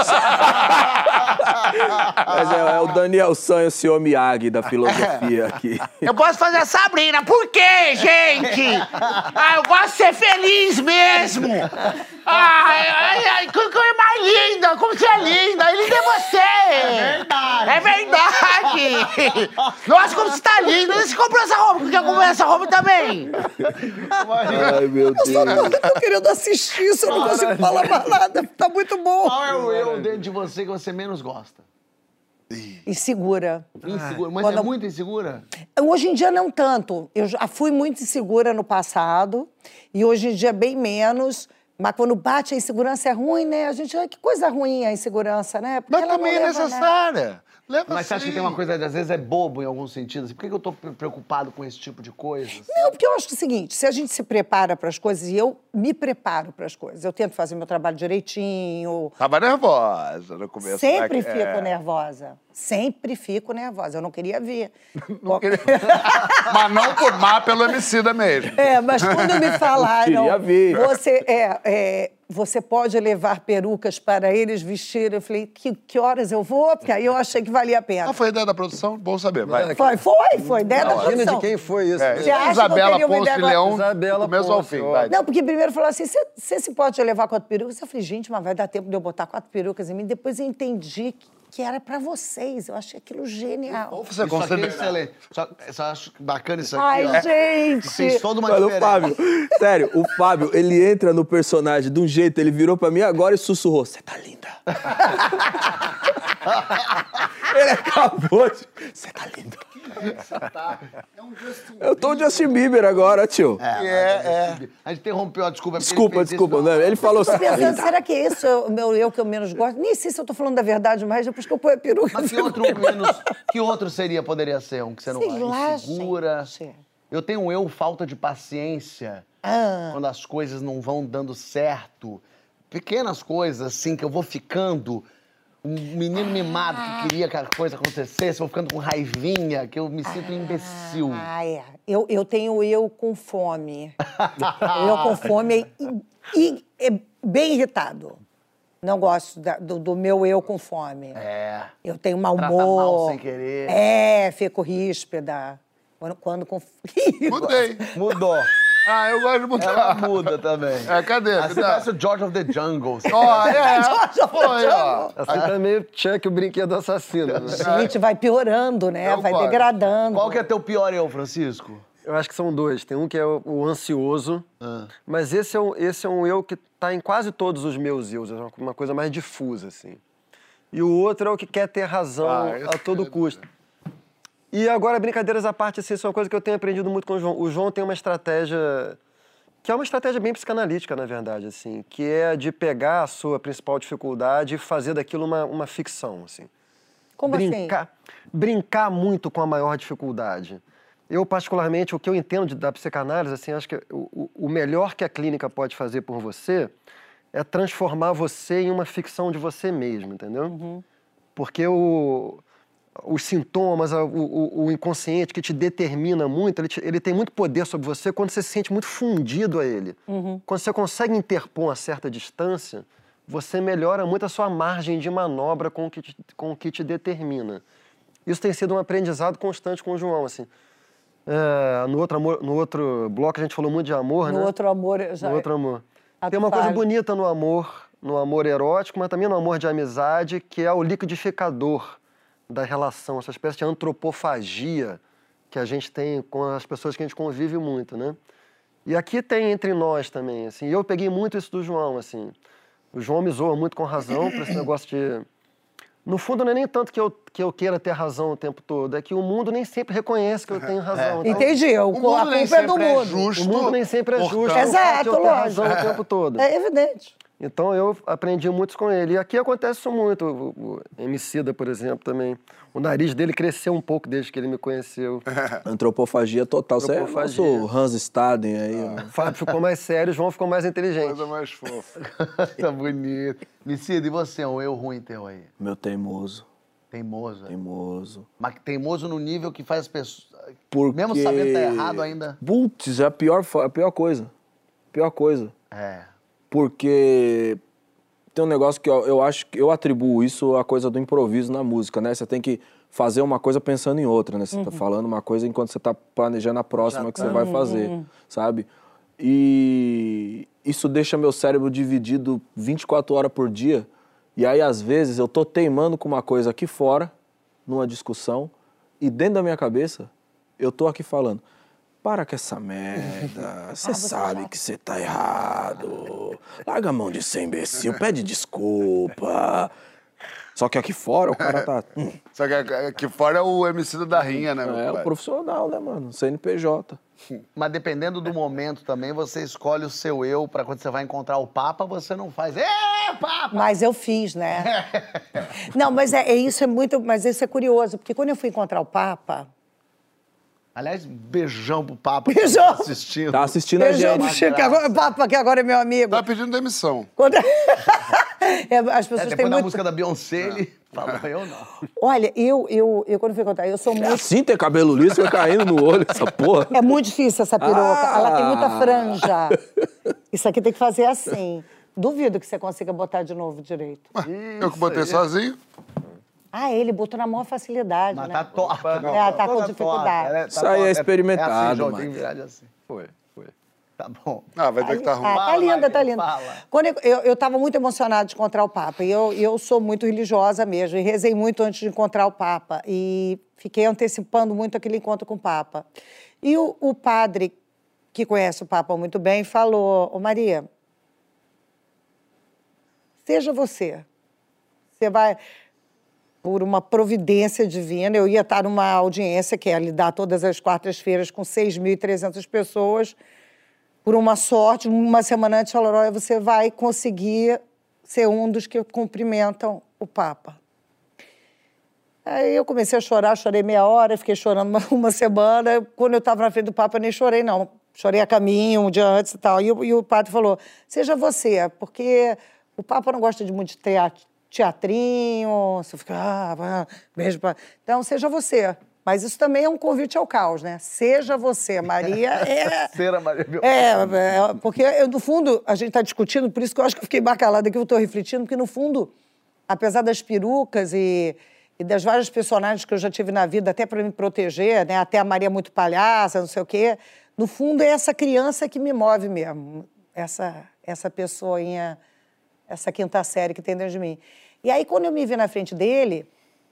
Mas é, é o Daniel San, esse homem Miyagi da filosofia aqui. Eu posso fazer a Sabrina. Por quê, gente? Ah, eu gosto de ser feliz mesmo. Ai, ai, ai, que coisa mais linda. Como você é linda. Ele é você. É verdade. É verdade. Nossa, como você tá linda. Você comprou essa roupa. Quer comprar essa roupa também? Ai, meu Eu só Deus. tô, tô querendo assistir isso, eu não consigo falar mais nada. Tá muito bom. Qual é o eu dentro de você que você menos gosta? Insegura. Insegura. Mas Quando é eu- muito insegura? Hoje em dia não tanto. Eu já fui muito insegura no passado e hoje em dia bem menos. Mas quando bate a insegurança é ruim, né? A gente, ai, que coisa ruim a insegurança, né? Porque Mas ela não também é leva nada. necessária. Leva Mas você acha que sim. tem uma coisa, às vezes, é bobo em algum sentido? Assim, por que que eu tô pre- preocupado com esse tipo de coisa? Não, porque eu acho que é o seguinte, se a gente se prepara para as coisas, e eu me preparo para as coisas, eu tento fazer meu trabalho direitinho, Tava nervosa no começo. sempre né? fico É. nervosa, sempre fico nervosa, eu não queria ver. Não queria- Mas não por má pelo homicida mesmo. É, mas quando me falaram, Queria ver. você, é, é, você pode levar perucas para eles vestirem, eu falei, que, que horas eu vou? Porque aí eu achei que valia a pena. Ah, foi a ideia da produção? Bom saber, vai. Foi, foi, foi, ideia da Imagina produção. de quem foi isso. É, né? Você acha que eu Isabela teria uma Ponce ideia Leão, Isabela do começo ao Ponce, fim, ó. vai. Não, porque primeiro falou assim, você- você se pode levar quatro perucas? Eu falei, gente, mas vai dar tempo de eu botar quatro perucas em mim? Depois eu entendi que, que era pra vocês, eu achei aquilo genial. Ou você Isso aqui é considera... excelente. Só, só acho bacana isso aqui, Ai, ó. gente! Fez toda uma Mano, o diferença. Fábio, sério, o Fábio, ele entra no personagem de um jeito, ele virou pra mim agora e sussurrou, você tá linda. Ele acabou de... Você tá lindo. Eu tô o Justin Bieber agora, tio. É, é. A gente interrompeu a desculpa. porque Desculpa, ele fez desculpa. isso. Né? Ele falou, você Tô tá pensando, linda. será que esse é o meu eu que eu menos gosto? Nem sei se eu tô falando da verdade mais, depois que eu ponho a peruca. Mas que eu outro, fico- menos, que outro seria, poderia ser um que você não Sei gosta? lá, Insegura. gente. Eu tenho um eu falta de paciência. Ah. Quando as coisas não vão dando certo. Pequenas coisas, assim, que eu vou ficando... Um menino mimado que queria que a coisa acontecesse, eu vou ficando com raivinha, que eu me sinto um imbecil. Ah, é. Eu, eu tenho eu com fome. eu com fome e, e é bem irritado. Não gosto da- do, do meu eu com fome. É. Eu tenho mau Trata humor. mal sem querer. É, fico ríspida. Quando, quando com... Mudei. Mudou. Ah, eu gosto de mudar. Ela muda também. É, cadê? Ah, Me você dá. parece o George of the Jungle. Ó, é. George of the Foi, ó. Assim tá meio Chuck, o brinquedo assassino. Né? Gente, vai piorando, né? Eu vai gosto. degradando. Qual que é teu pior eu, Francisco? Eu acho que são dois. Tem um que é o, o ansioso, Ah. mas esse é, um, esse é um eu que tá em quase todos os meus eus, é uma- uma coisa mais difusa, assim. E o outro é o que quer ter razão Ah, esse a todo é- custo. E agora, brincadeiras à parte, assim, isso é uma coisa que eu tenho aprendido muito com o João. O João tem uma estratégia, que é uma estratégia bem psicanalítica, na verdade, assim, que é de pegar a sua principal dificuldade e fazer daquilo uma, uma ficção, assim. Como brincar, assim? Brincar muito com a maior dificuldade. Eu, particularmente, o que eu entendo de, da psicanálise, assim, acho que o, o melhor que a clínica pode fazer por você é transformar você em uma ficção de você mesmo, entendeu? Uhum. Porque o, os sintomas, o, o, o inconsciente que te determina muito, ele, te, ele tem muito poder sobre você quando você se sente muito fundido a ele. Uhum. Quando você consegue interpor uma certa distância, você melhora muito a sua margem de manobra com o que te, com o que te determina. Isso tem sido um aprendizado constante com o João, assim. É, no, outro amor, no outro bloco a gente falou muito de amor, No né? outro amor, eu já... No outro amor. Ah, Tem tu uma coisa fala. bonita no amor, no amor erótico, mas também no amor de amizade, que é o liquidificador da relação, essa espécie de antropofagia que a gente tem com as pessoas que a gente convive muito, né? E aqui tem entre nós também, assim. E eu peguei muito isso do João, assim. O João me zoa muito com razão por esse negócio de... No fundo, não é nem tanto que eu, que eu queira ter razão o tempo todo, é que o mundo nem sempre reconhece que eu tenho razão. Então, Entendi, o, O mundo a nem culpa é do sempre é mundo. justo. o mundo nem sempre é Portanto- justo. o fato de Exato, eu ter lógico. razão o tempo todo. É evidente. Então eu aprendi muito com ele. E aqui acontece isso muito. O, o Emicida, por exemplo, também. O nariz dele cresceu um pouco desde que ele me conheceu. Antropofagia total. Você é Antropofagia. nosso Hans Staden aí, ó. O Fábio ficou mais sério, o João ficou mais inteligente. Coisa mais fofa. Tá bonito. Micida, e você, um eu ruim teu aí? Meu teimoso. Teimoso. é? Teimoso. Mas teimoso no nível que faz as pessoas... Porque... Mesmo sabendo que tá errado ainda... Putz, é a pior, fa- a pior coisa. Pior coisa. É. Porque tem um negócio que eu, eu acho que eu atribuo isso à coisa do improviso na música, né? Você tem que fazer uma coisa pensando em outra, né? Você Uhum. tá falando uma coisa enquanto você tá planejando a próxima Já que tá. você vai fazer, Uhum. sabe? E isso deixa meu cérebro dividido vinte e quatro horas por dia. E aí, às vezes, eu tô teimando com uma coisa aqui fora, numa discussão, e dentro da minha cabeça, eu tô aqui falando, para com essa merda, você sabe que você tá errado, larga a mão de ser imbecil, pede desculpa. Só que aqui fora o cara tá... hum, Só que aqui fora é o M C da rinha, né, meu é o pai? profissional, né, mano? C N P J. Mas dependendo do momento também, você escolhe o seu eu pra quando você vai encontrar o Papa, você não faz... Ê, Papa! Mas eu fiz, né? Não, mas é, é isso é muito... Mas isso é curioso, porque quando eu fui encontrar o Papa... Aliás, beijão pro Papa Beijão! que tá assistindo. Tá assistindo a Beijão gente. pro Chico, que agora, Papa, que agora é meu amigo. Tá pedindo demissão. Quando... É, as pessoas É, têm depois da muito... música da Beyoncé, ele falou, eu não. Olha, eu, eu, eu quando fui encontrar, eu sou É muito... assim ter cabelo liso, fica caindo no olho, essa porra. É muito difícil essa peruca. Ah! Ela tem muita franja. Isso aqui tem que fazer assim. Duvido que você consiga botar de novo direito. Eu que botei sozinho. Ah, ele botou na maior facilidade, Mas né? tá torta. É, tá com toda dificuldade. torta. Ela Isso aí é torta. experimentado, É assim, João, mano. tem que virar de assim. Foi, foi. Tá bom. Ah, vai ter que estar Ah, ruim. tá Fala, linda, tá Maria, linda. fala. Quando eu, eu, eu tava muito emocionada de encontrar o Papa. E eu, eu sou muito religiosa mesmo. E rezei muito antes de encontrar o Papa. E fiquei antecipando muito aquele encontro com o Papa. E o, o padre, que conhece o Papa muito bem, falou, ô Maria, seja você. Você vai... Por uma providência divina, eu ia estar numa audiência que é lidar todas as quartas-feiras com seis mil e trezentas pessoas. Por uma sorte, uma semana antes, falaram, olha, você vai conseguir ser um dos que cumprimentam o Papa. Aí eu comecei a chorar, chorei meia hora, fiquei chorando uma, uma semana. Quando eu estava na frente do Papa, eu nem chorei, não. Chorei a caminho, um dia antes e tal. E, o- e o padre falou, seja você, porque o Papa não gosta de muito teatro. Teatrinho, você fica, ah, vai, beijo pra... Então, seja você. Mas isso também é um convite ao caos, né? Seja você, Maria. É, Cera, Maria. meu. é, é, porque, eu, no fundo, a gente está discutindo, por isso que eu acho que eu fiquei bacalhada aqui, eu estou refletindo, porque, no fundo, apesar das perucas e, e das várias personagens que eu já tive na vida, até para me proteger, né? Até a Maria muito palhaça, não sei o quê, no fundo, é essa criança que me move mesmo. Essa, essa pessoinha... essa quinta série que tem dentro de mim. E aí, quando eu me vi na frente dele,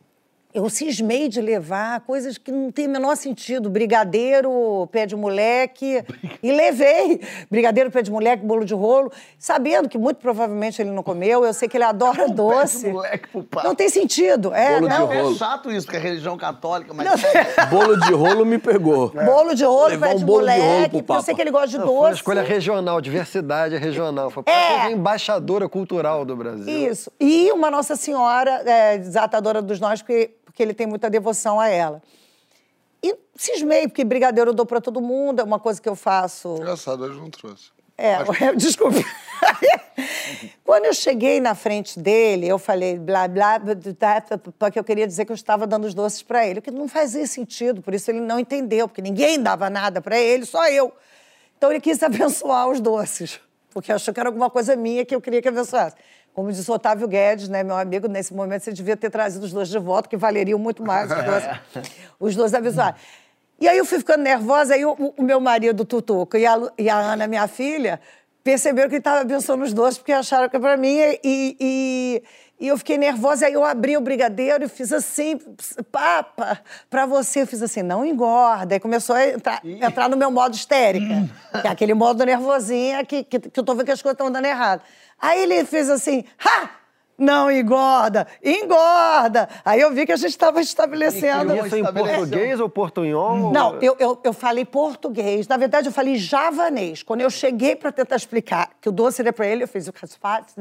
eu cismei de levar coisas que não tem o menor sentido. Brigadeiro, pé de moleque. E levei. Brigadeiro, pé de moleque, bolo de rolo. Sabendo que muito provavelmente ele não comeu. Eu sei que ele adora Um doce. Pé de moleque pro pai. Não tem sentido. É, Bolo de não. rolo. É chato isso, porque é religião católica, mas... Bolo de rolo me pegou. Bolo de rolo, Levar pé um de bolo de rolo moleque. pro Porque eu sei Papa. que ele gosta de Não, foi uma doce. escolha regional, diversidade regional. Foi É. a embaixadora cultural do Brasil. Isso. E uma Nossa Senhora, é, desatadora dos nós, porque, porque ele tem muita devoção a ela. E cismei, porque brigadeiro eu dou pra todo mundo, é uma coisa que eu faço... Engraçado, hoje não trouxe. É, desculpe. Quando eu cheguei na frente dele, eu falei blá, blá, blá, blá, porque eu queria dizer que eu estava dando os doces para ele, o que não fazia sentido, por isso ele não entendeu, porque ninguém dava nada para ele, só eu. Então ele quis abençoar os doces, porque achou que era alguma coisa minha que eu queria que abençoasse. Como disse o Otávio Guedes, né, meu amigo, nesse momento você devia ter trazido os doces de volta, que valeriam muito mais os doces, os doces abençoados. E aí eu fui ficando nervosa, aí o, o meu marido, o Tutuco, e a, e a Ana, minha filha, perceberam que ele estava abençoando os doces, porque acharam que era para mim, e, e, e eu fiquei nervosa, aí eu abri o brigadeiro e fiz assim, papa, para você, eu fiz assim, não engorda, aí começou a entrar, entrar no meu modo histérica, que é aquele modo nervosinha que, que, que eu tô vendo que as coisas estão dando errado. Aí ele fez assim, ha! Não engorda, engorda. Aí eu vi que a gente estava estabelecendo... Isso em português ou portunhol? Não, eu, eu, eu falei português. Na verdade, eu falei javanês. Quando eu cheguei para tentar explicar que o doce era para ele, eu fiz o casfato,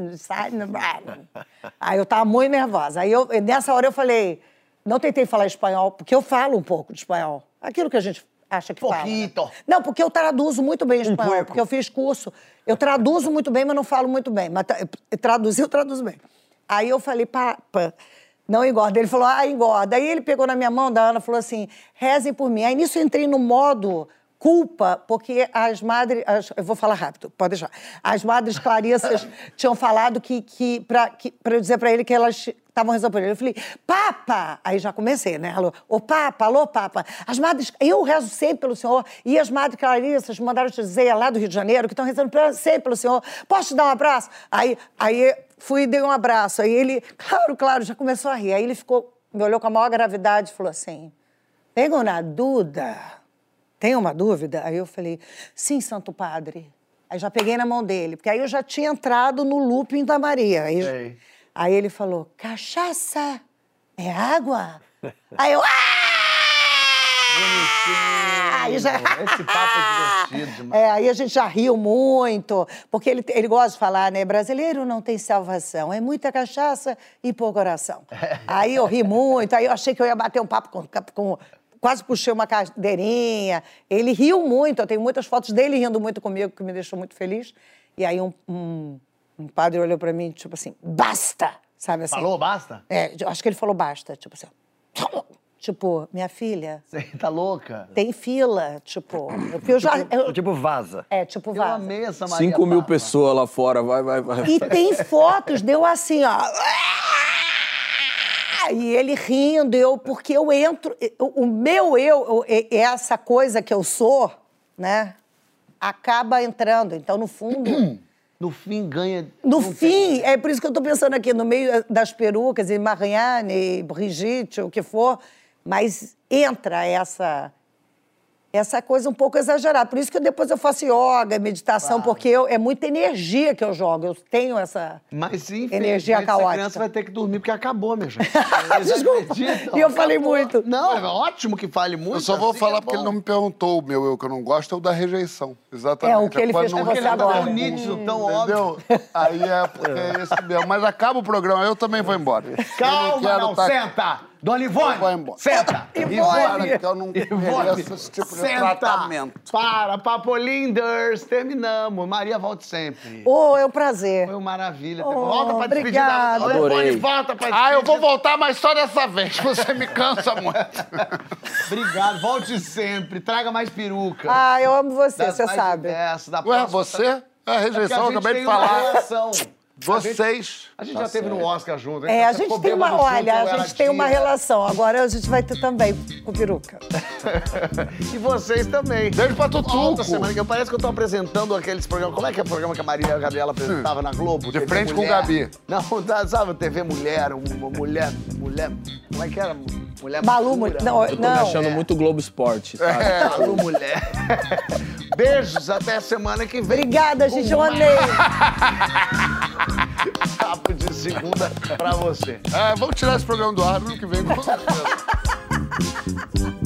aí eu estava muito nervosa. Aí eu, nessa hora eu falei, não tentei falar espanhol, porque eu falo um pouco de espanhol. Aquilo que a gente acha que fala. Né? Não, porque eu traduzo muito bem espanhol, um porque eu fiz curso. Eu traduzo muito bem, mas não falo muito bem. Mas traduzir, eu traduzo bem. Aí eu falei, papa, não engorda. Ele falou, ah, engorda. Aí ele pegou na minha mão da Ana e falou assim, rezem por mim. Aí nisso eu entrei no modo culpa, porque as madres... As, eu vou falar rápido, pode deixar. As madres clarissas tinham falado que, que para que, eu dizer para ele que elas estavam rezando por ele. Eu falei, papa! Aí já comecei, né? Alô, ô papa, alô papa. As madres... Eu rezo sempre pelo senhor. E as madres clarissas mandaram te dizer lá do Rio de Janeiro que estão rezando sempre pelo senhor. Posso te dar um abraço? Aí... aí fui e dei um abraço. Aí ele, claro, claro, já começou a rir. Aí ele ficou, me olhou com a maior gravidade e falou assim, tenho uma dúvida. Tem uma dúvida? Aí eu falei, sim, Santo Padre. Aí já peguei na mão dele, porque aí eu já tinha entrado no looping da Maria. Aí, aí ele falou, cachaça é água? Aí eu, ah! Aí já... Esse papo é divertido demais. É, aí a gente já riu muito, porque ele, ele gosta de falar, né? Brasileiro não tem salvação, é muita cachaça e pouco coração. Aí eu ri muito, aí eu achei que eu ia bater um papo com... com quase puxei uma cadeirinha. Ele riu muito, eu tenho muitas fotos dele rindo muito comigo, que me deixou muito feliz. E aí um, um, um padre olhou pra mim, tipo assim, basta! Sabe assim? Falou basta? É, eu acho que ele falou basta, tipo assim... Tipo, minha filha... Você tá louca? Tem fila, tipo... Porque eu já, eu, tipo vaza. É, tipo vaza. Eu amei essa Maria Cinco mil Papa. pessoas lá fora, vai, vai, vai. E tem fotos, deu assim, ó... E ele rindo, eu, porque eu entro... O, o meu eu, essa coisa que eu sou, né? Acaba entrando. Então, no fundo... No fim, ganha... No fim, é por isso que eu tô pensando aqui, no meio das perucas, e Marianne, Brigitte, o que for... Mas entra essa, essa coisa um pouco exagerada. Por isso que depois eu faço yoga, meditação, claro. Porque eu, é muita energia que eu jogo. Eu tenho essa Mas, energia caótica. Essa criança vai ter que dormir porque acabou, minha gente. Desculpa. E eu falei muito. Não, é ótimo que fale muito. Eu só vou assim, falar é porque ele não me perguntou o meu eu que eu não gosto, é o da rejeição. Exatamente. É o que ele fez com você agora. Tão nítido, tão Entendeu? óbvio. Aí é porque é esse mesmo. Mas acaba o programa, eu também vou embora. Calma, não, tá... senta! Dona Ivone, vai embora. Senta! Ivone, que eu não mereço esse tipo de Senta. tratamento. Para, Papo Linders, terminamos. Maria, volte sempre. Oh, é um prazer. Foi uma maravilha. Oh, volta pra despedir obrigada. da... Adorei. Volta pra despedir. Ah, eu vou voltar, mas só dessa vez. Você me cansa muito. Obrigado, volte sempre. Traga mais peruca. Ah, eu amo você, Das você mais sabe. diversas, da Ué, próxima- você? É a É porque rejeição, a eu gente acabei de tem uma falar. relação. Vocês... A gente Tá já teve certo. no Oscar junto. É, a Você gente ficou tem uma, bêbado junto, olha, eu a era gente tem uma tia. relação. Agora a gente vai ter também com peruca. E vocês também. Beijo pra Tutuco. Outra semana que eu parece que eu tô apresentando aqueles programas. Como é que é o programa que a Maria e a Gabriela apresentava na Globo? De T V frente com o Mulher. Gabi. Não, tá, sabe, T V Mulher, uma mulher, mulher, como é que era? Mulher Malu, madura. não, Eu tô não. me achando muito Globo Esporte, sabe? É, Malu Mulher. Beijos, até semana que vem. Obrigada, gente, eu amei. Papo de segunda pra você. É, vamos tirar esse programa do ar no ano que vem. Com certeza.